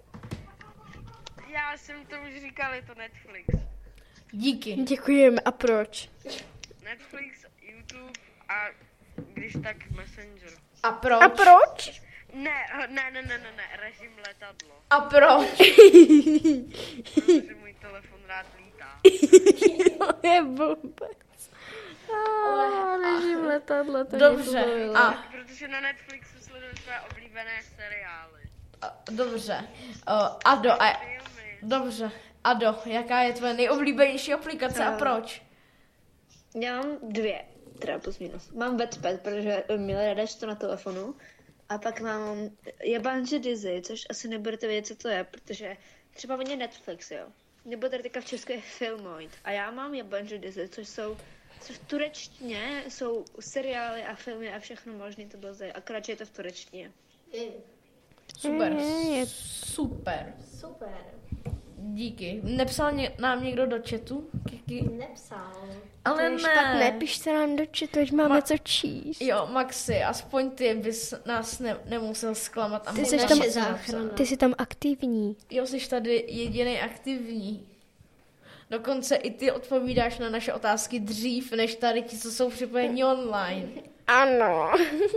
Já jsem to už říkal, je to Netflix. Díky. Děkujeme. A proč? Netflix, YouTube a když tak Messenger. A proč? A proč? Ne, ne, ne, ne, ne, ne, režim letadlo. A proč? Protože můj telefon rád lítá. To je blbec. Ah, režim letadla, to Dobře, mě a... Protože na Netflixu sleduju své oblíbené seriály. a dobře. O, Ado, a... Dobře. Ado, jaká je tvoje nejoblíbenější aplikace a proč? Já mám dvě, teda plus minus. Mám Wattpad, protože mi hledáš to na telefonu. A pak mám Jabanže Dizzy, což asi nebudete vědět, co to je, protože třeba oni Netflix, jo. Nebo tady teďka v Česku je Filmoid. A já mám Jabanže Dizzy, což jsou což v turečtině jsou seriály a filmy a všechno možné, to bylo zajímavé. Akorát, že je to v turečtině. Super, Je- super. Super. Díky. Nepsal ně, nám někdo do chatu? Kiki? Nepsal. Ale Když ne. tak nepište nám do chatu, ať máme Ma- co číst. Jo, Maxi, aspoň ty bys nás ne, nemusel zklamat. A Ty mohl jsi nám tam, něco napsat. ty jsi tam aktivní. Jo, jsi tady jediný aktivní. Dokonce i ty odpovídáš na naše otázky dřív, než tady ti, co jsou připojeni online. Ano.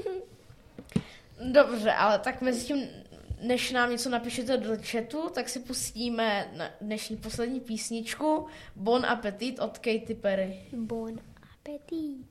Dobře, ale tak mezi tím, než nám něco napíšete do chatu, tak si pustíme na dnešní poslední písničku Bon Appetit od Katy Perry. Bon appetit.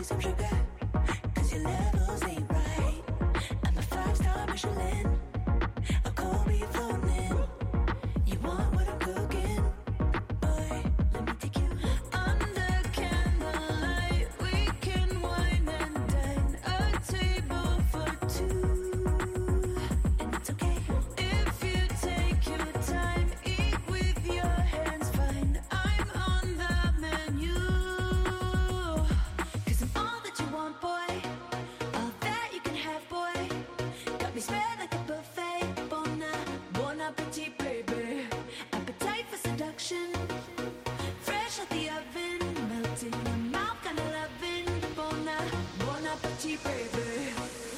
some sugar, cause your levels ain't right. I'm a five-star Michelin, I'll call me floating. You want what I'm cooking? Boy, let me take you under candlelight. We can wine and dine, a table for two. And it's okay if you take your time, eat with your hands, fine. I'm on the menu, cause I'm all that you want, boy. All that you can have, boy. Got me spread like a buffet. Bon, bon appetit, baby. Appetite for seduction. Fresh out the oven, melting in your mouth, kinda loving. Bon, bon appetit, baby.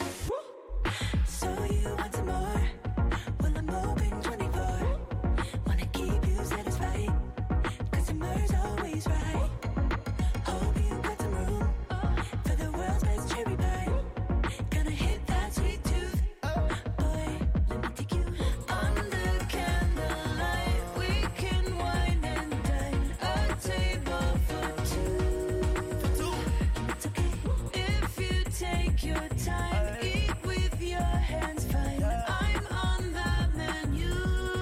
So you want some more? Well, I'm open twenty-four. Wanna keep you satisfied, cause summer's always right. Hope you got some room for the world's best cherry pie. Gonna hit that sweet tooth. Boy, let me take you under candlelight. We can wine and dine, a table for two. And it's okay if you take your time, eat with your hands, fine. I'm on the menu,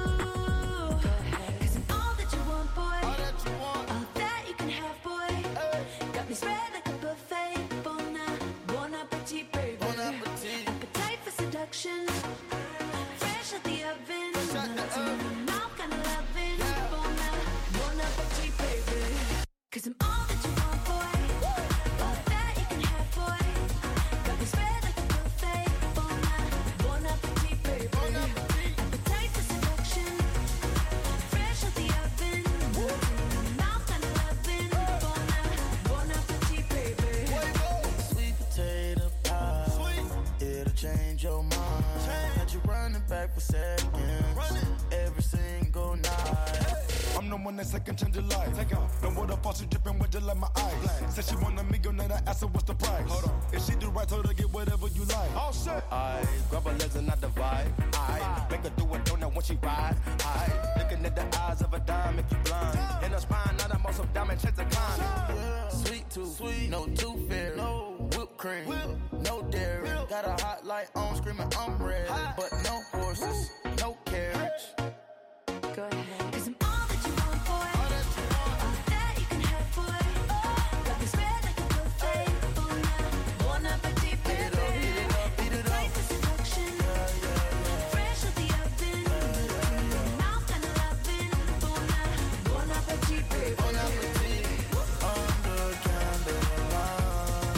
cause I'm all that you want, boy. All that you can have, boy. Got me spread like a buffet. Bon, bon appetit, baby. Appetite for seduction. Fresh out the oven, melting in your mouth, kinda loving. Bon, bon appetit, baby. Cause I'm all that you want, boy. All that you can have, boy. Got me spread like a buffet. Bon, bon appetit, baby. Appetite for seduction. Fresh out the oven, melting in your mouth, kinda loving. Bon, bon appetit, baby. Sweet potato pie, it'll change your mind. Had you running back for seconds, every single night. I'm the one that second change your life. Take off. Don't water faucet dripping with just like my eyes. Said she want a meal, then I asked her what's the price. Hold on. If she do right, told her get whatever you like. Oh shit. I grab her legs and I divide. I make her do a donut when she ride. I looking at the eyes of a dime, make you blind. In her spine, not a muscle diamond, chance to climb. Yeah. Sweet tooth, sweet, no tooth fairy, no whipped cream, Whip. no dairy. Whip. Got a hot light on, screaming I'm ready, hot. But no horses, no carriage. Go ahead. Cause I'm all that you want, boy. All that you can have, boy. Got me spread like a buffet. Bon, bon appetit, baby. Appetite for seduction. Fresh out the oven, melting in your mouth, kinda loving. Bon, bon appetit, baby. Bon appetit, under candlelight.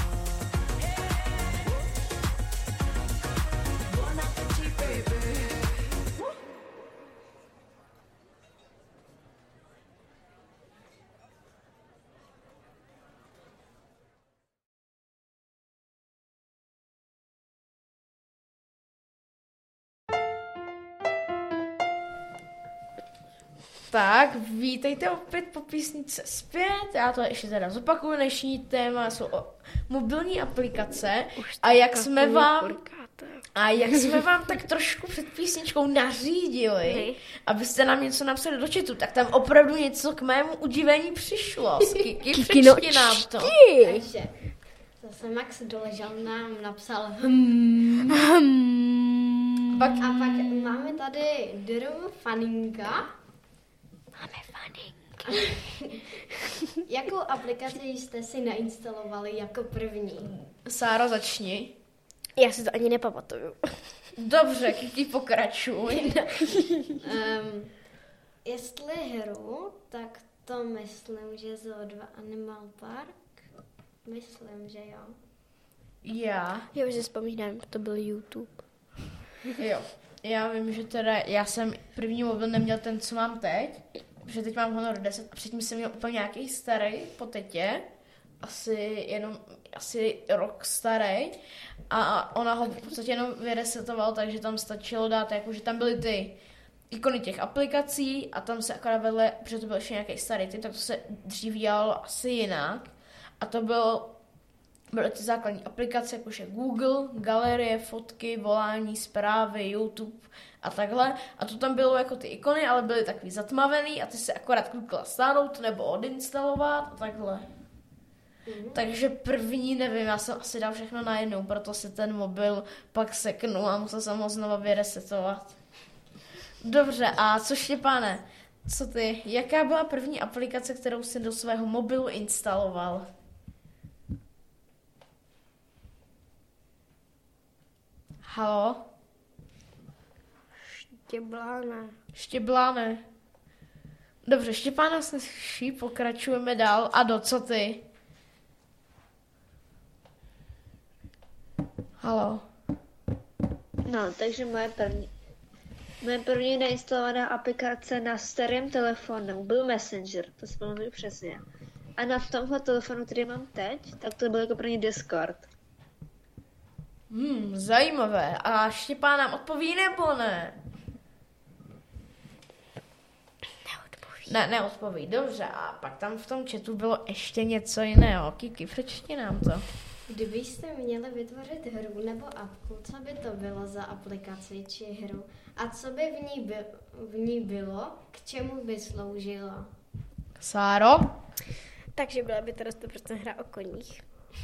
Bon appetit, baby. Tak, vítejte opět po písničce zpět. Já to ještě teda zopakuju. Dnešní téma jsou o mobilní aplikace. A jak jsme vám a jak jsme vám tak trošku před písničkou nařídili, abyste nám něco napsali do chatu, tak tam opravdu něco k mému udivení přišlo. Kiki, přečti nám to. Takže zase Max Doležal nám napsal hmm. Hmm. Pak, a pak máme tady Drum Faninka. Máme Faninka. Jakou aplikaci jste si nainstalovali jako první? Sára, začni. Já si to ani nepamatuju. Dobře, Kiki, pokračuj. um, jestli hru, tak to myslím, že Zoo dva Animal Park. Myslím, že jo. Já. Já už si vzpomínám, to byl YouTube. Jo. Já vím, že teda já jsem první mobil neměl ten, co mám teď, protože teď mám Honor deset a předtím jsem měl úplně nějaký starý po tetě, asi jenom, asi rok starý a ona ho v podstatě jenom vyresetovala, takže tam stačilo dát, jako, že tam byly ty ikony těch aplikací a tam se akorát vedle, protože to byl ještě nějaký starý typ, tak to se dřív dělalo asi jinak a to bylo byly ty základní aplikace, jakože Google, galerie, fotky, volání, zprávy, YouTube a takhle. A to tam bylo jako ty ikony, ale byly takový zatmavený a ty se akorát klikla stáhnout nebo odinstalovat a takhle. Mm. Takže první, nevím, já jsem asi dal všechno najednou, proto si ten mobil pak seknul a musel jsem ho znova vyresetovat. Dobře, a co Štěpáne, co ty, jaká byla první aplikace, kterou jsi do svého mobilu instaloval? Halo? Štěbláne. Štěbláne. Dobře, Štěpána slyší, pokračujeme dál. Ado, co ty? Halo? No, takže moje první, moje první nainstalovaná aplikace na starém telefonu byl Messenger, to si pamatuju přesně. A na tomhle telefonu, který mám teď, tak to byl jako první Discord. Hmm, zajímavé. A Štěpán nám odpoví nebo ne? Neodpoví. Ne, neodpoví, dobře. A pak tam v tom chatu bylo ještě něco jiného. Kiki, přečti nám to. Kdybyste měli vytvořit hru nebo apku, co by to bylo za aplikaci či hru? A co by v ní, by, v ní bylo, k čemu by sloužilo? Sáro? Takže byla by to sto procent hra o koních.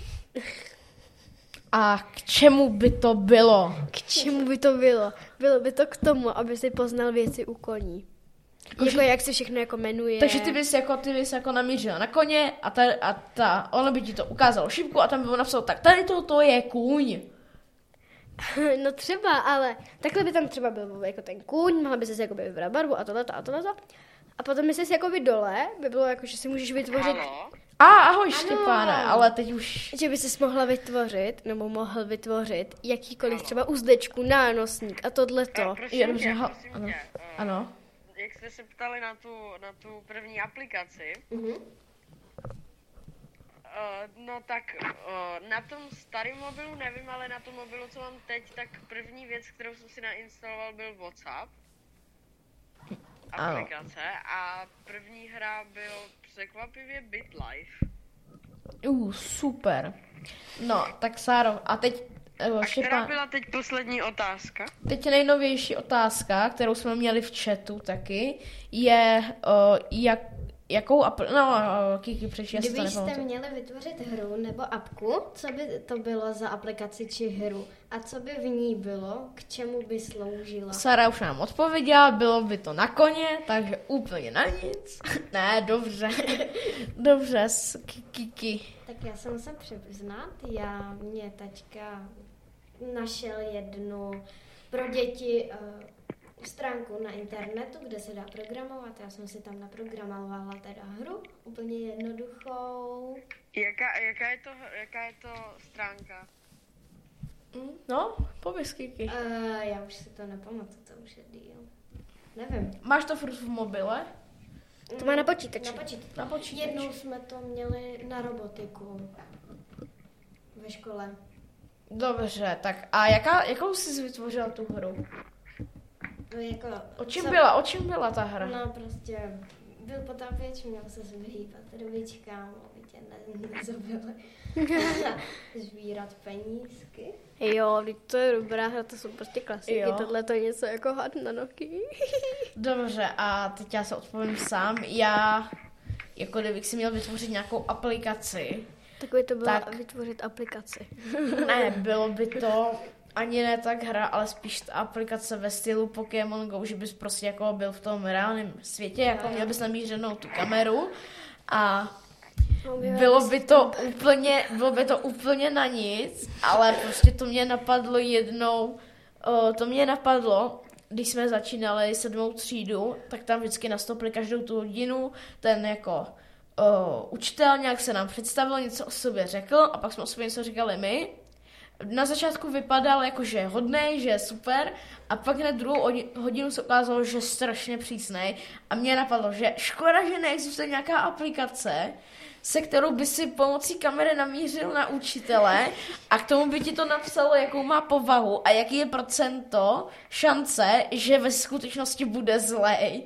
A k čemu by to bylo? K čemu by to bylo? Bylo by to k tomu, aby si poznal věci u koní. Jako jak se všechno jako jmenuje. Takže ty bys jako, ty bys jako namířila na koně a ta, a ta, ono by ti to ukázalo šipku a tam by napsal, tak tady to, to je kůň. No třeba, ale takhle by tam třeba byl jako ten kůň, mohla by si jakoby vybrat barvu a tohleto a tohleto. A potom by si jakoby dole, by bylo jako, že si můžeš vytvořit... Halo? A ahoj Štěpáne, ale teď už... Že by si mohla vytvořit, nebo mohl vytvořit jakýkoliv třeba uzdečku, nánosník a tohleto. Prosím tě, prosím ano. tě. Ano. Jak jste se ptali na tu, na tu první aplikaci, uh-huh. uh, no tak uh, na tom starém mobilu nevím, ale na tom mobilu, co mám teď, tak první věc, kterou jsem si nainstaloval, byl WhatsApp. Aplikace a první hra byl překvapivě BitLife. Uh, super. No, tak Sáro, a teď... Uh, a Štěpán, která byla teď poslední otázka? Teď nejnovější otázka, kterou jsme měli v chatu taky, je uh, jak, jakou apl... No, uh, Kiki, přečti, já si to Kdybyste nepamatuji. měli vytvořit hru nebo apku, co by to bylo za aplikaci či hru? A co by v ní bylo, k čemu by sloužila? Sara už nám odpověděla, bylo by to na koně, takže úplně na nic. Ne, dobře. Dobře, Kiki. Tak já jsem se přiznat, já mě taťka našel jednu pro děti uh, stránku na internetu, kde se dá programovat. Já jsem si tam naprogramovala teda hru, úplně jednoduchou. Jaká, jaká, je, to, jaká je to stránka? No, pověz, Kiki. Uh, já už si to nepamatuju, to už je díl. Nevím. Máš to furt v mobile? To má na počítači. Na počítači. Na počítači. Jednou jsme to měli na robotiku ve škole. Dobře, tak a jaká, jakou jsi vytvořila tu hru? No jako, O čem co... byla, o čem byla ta hra? No prostě byl potápěč, měl se vyhýbat rubičkám, aby tě ne, nezabili. Zbírat penízky. Jo, to je dobrá hra, to jsou prostě klasiky, Jo. tohle to je něco jako had na nohy. Dobře, a teď já se odpovím sám. Já, jako kdybych si měl vytvořit nějakou aplikaci. Tak by to bylo tak... vytvořit aplikaci. Ne, bylo by to ani ne tak hra, ale spíš ta aplikace ve stylu Pokémon Go, že bys prostě jako byl v tom reálném světě, jako měl bys namířenou tu kameru a bylo by to úplně, bylo by to úplně na nic, ale prostě to mě napadlo jednou, o, to mě napadlo, když jsme začínali sedmou třídu, tak tam vždycky nastoupili každou tu hodinu ten jako o, učitel, nějak se nám představil, něco o sobě řekl a pak jsme o sobě něco říkali my. Na začátku vypadal jako, že je hodnej, že je super a pak na druhou hodinu se ukázalo, že je strašně přísnej a mě napadlo, že škoda, že neexistuje nějaká aplikace, se kterou by si pomocí kamery namířil na učitele a k tomu by ti to napsalo, jakou má povahu a jaký je procento šance, že ve skutečnosti bude zlej.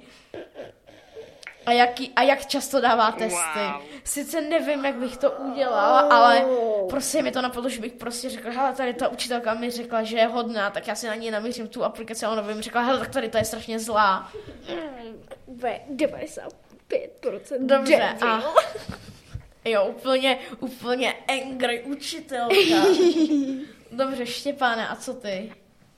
A, jaký, a jak často dává testy. Wow. Sice nevím, jak bych to udělala, oh. ale prostě mi to napadlo, že bych prostě řekla, hele, tady ta učitelka mi řekla, že je hodná, tak já si na ní namířím tu aplikaci a ona by mi řekla, hele, tak tady ta je strašně zlá. Ve devadesát pět procent Dobře, a Jo, úplně, úplně angry učitelka. Dobře, Štěpáne, a co ty?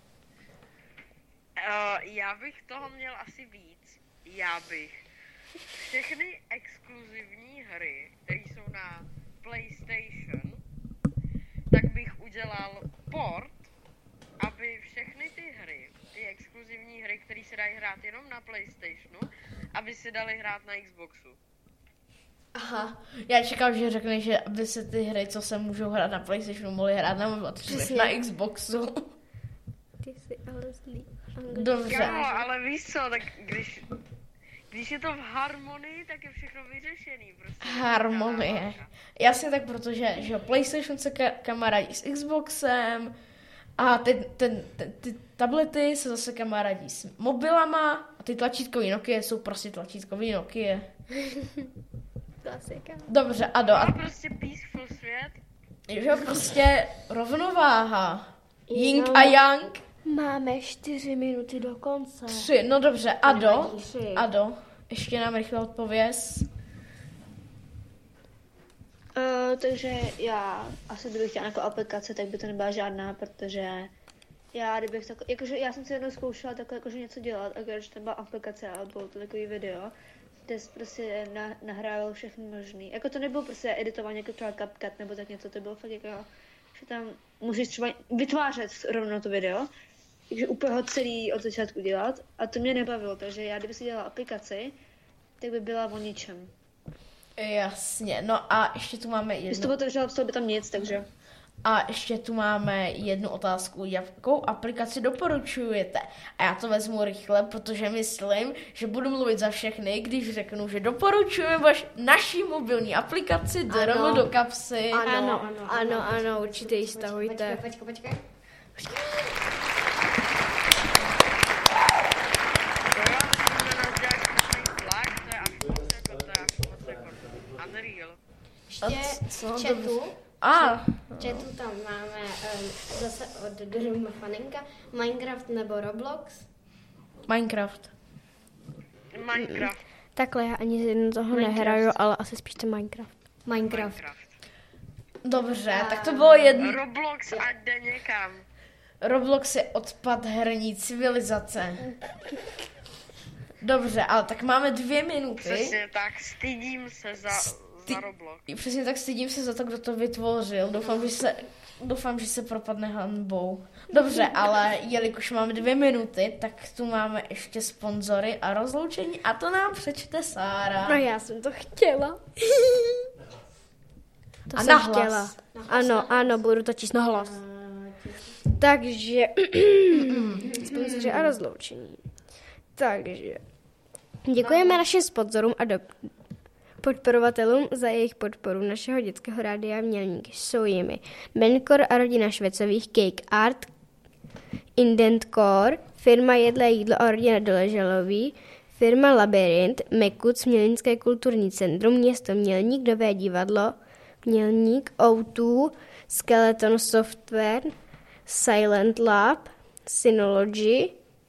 Uh, já bych toho měl asi víc. Já bych všechny exkluzivní hry, které jsou na PlayStation, tak bych udělal port, aby všechny ty hry, ty exkluzivní hry, které se dají hrát jenom na PlayStationu, aby se daly hrát na Xboxu. Aha, já čekám, že řekne, že aby se ty hry, co se můžou hrát na PlayStationu, mohly hrát na mobilu, na Xboxu. Ty jsi ale zlý. Dobře. Kámo, ale víš co, tak když, když je to v harmonii, tak je všechno vyřešený. Prostě. Harmonie. Jasně tak, protože že PlayStation se ka- kamarádí s Xboxem a ty, ten, ten, ty tablety se zase kamarádí s mobilama a ty tlačítkový Nokia jsou prostě tlačítkový Nokia. Klasika. Dobře, Ado. A prostě peaceful svět. Jo, prostě rovnováha. Ying No. a Yang. Máme čtyři minuty do konce. Tři, no dobře, Ado. Nevadí, tři. Ado, ještě nám rychle odpověz. Uh, takže já asi kdybych chtěla jako aplikace, tak by to nebyla žádná, protože já kdybych tak, jakože já jsem si jednou zkoušela takhle jakože něco dělat a když tam byla aplikace a bylo to takový video, kde jsi prostě na, nahrával všechno možný. Jako to nebylo prostě editování jako třeba CapCut nebo tak něco, to bylo fakt jako, že tam můžeš třeba vytvářet rovnou to video, takže úplně ho celý od začátku dělat a to mě nebavilo, takže já kdyby si dělala aplikaci, tak by byla o ničem. Jasně, no a ještě tu máme jednu... Když to otevřela, psal by tam nic, takže... A ještě tu máme jednu otázku, jakou aplikaci doporučujete? A já to vezmu rychle, protože myslím, že budu mluvit za všechny, když řeknu, že doporučujeme vaš, naší mobilní aplikaci Drm do kapsy. Ano, ano, ano, ano, ano, určitě ji stahujte. Počkej, počkej, počkej. Ještě Co? v chatu, A. v chatu tam máme um, zase od Drma Faninka Minecraft nebo Roblox. Minecraft. Minecraft. Takhle já ani z jednoho toho Minecraft. nehraju, ale asi spíš ten Minecraft. Minecraft. Dobře, tak to bylo jedno. Roblox ať jde někam. Roblox je odpad herní civilizace. Dobře, ale tak máme dvě minuty. Přesně tak, stydím se za, za Roblox. Přesně tak stydím se za to, kdo to vytvořil. Doufám, že se, doufám, že se propadne hanbou. Dobře, ale jelikož máme dvě minuty, tak tu máme ještě sponzory a rozloučení a to nám přečte Sára. No já jsem to chtěla. To A jsem nahlas. chtěla. Ano, ano, budu to číst na hlas. Takže sponzoři a rozloučení. Takže děkujeme našim sponzorům a do, podporovatelům za jejich podporu našeho dětského rádia Mělník. Jsou jimi Benkor a rodina Švecových, Cake Art, Indentcore, firma Jedlé jídlo a rodina Doležalový, firma Labyrint, Mekuc, Mělnické kulturní centrum, město Mělník, Nové divadlo, Mělník, O dva, Skeleton Software, Silent Lab, Synology,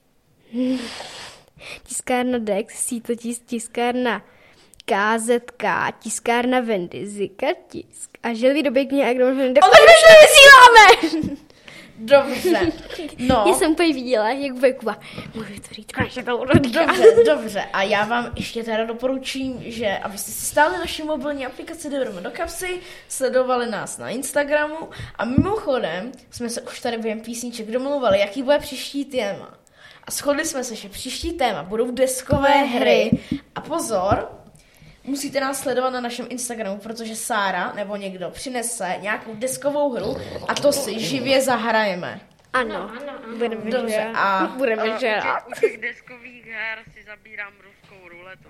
tiskárna Dex, Sítotisk, tiskárna K Z K, tiskárna Vendy, Zika, tisk a želví do Běkně a kdo možná jde... O tom už nevysíláme! Dobře, no. Já jsem úplně viděla, jak bude Kuba. Můžu to říct konečně to Dobře, dobře. A já vám ještě teda doporučím, že abyste si stáli naši mobilní aplikaci Drm do kapsy, sledovali nás na Instagramu a mimochodem jsme se už tady během písniček domluvali, jaký bude příští téma. A shodli jsme se, že příští téma budou deskové hry. A pozor, musíte nás sledovat na našem Instagramu, protože Sára nebo někdo přinese nějakou deskovou hru a to si živě zahrajeme. Ano, budeme Dobře, žerát. a Budeme Uh, žerát. u, těch, u těch deskových her si zabírám ruskou ruletu.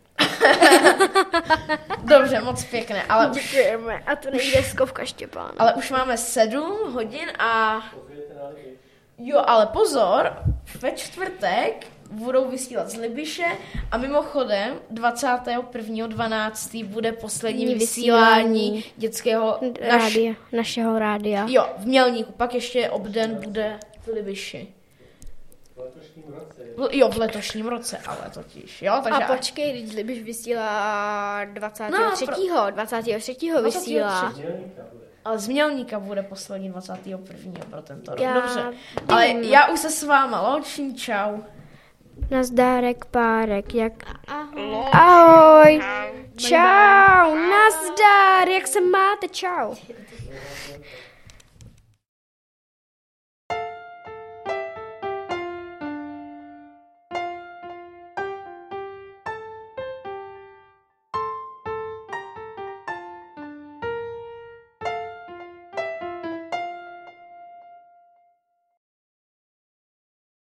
Dobře, moc pěkné, ale už, Děkujeme. A to není deskovka, Štěpán. ale už máme sedm hodin a jo, ale pozor, ve čtvrtek budou vysílat z Libiše a mimochodem dvacátého prvního dvanáctého bude poslední vysílání, Vysílání. dětského Rádia, našeho rádia. Jo, v Mělníku, pak ještě obden bude v Libiši. Jo, v letošním roce, ale totiž, jo, takže... A počkej, když Libiš vysílá dvacátého třetího No, dvacátého třetího vysílá. Ale z Mělníka bude poslední dvacátého prvního pro tento rok. Já Dobře, vím. ale já už se s váma loučím, čau. Nazdárek, párek, jak... Ahoj. Ahoj. Čau. Čau, nazdar, jak se máte, čau.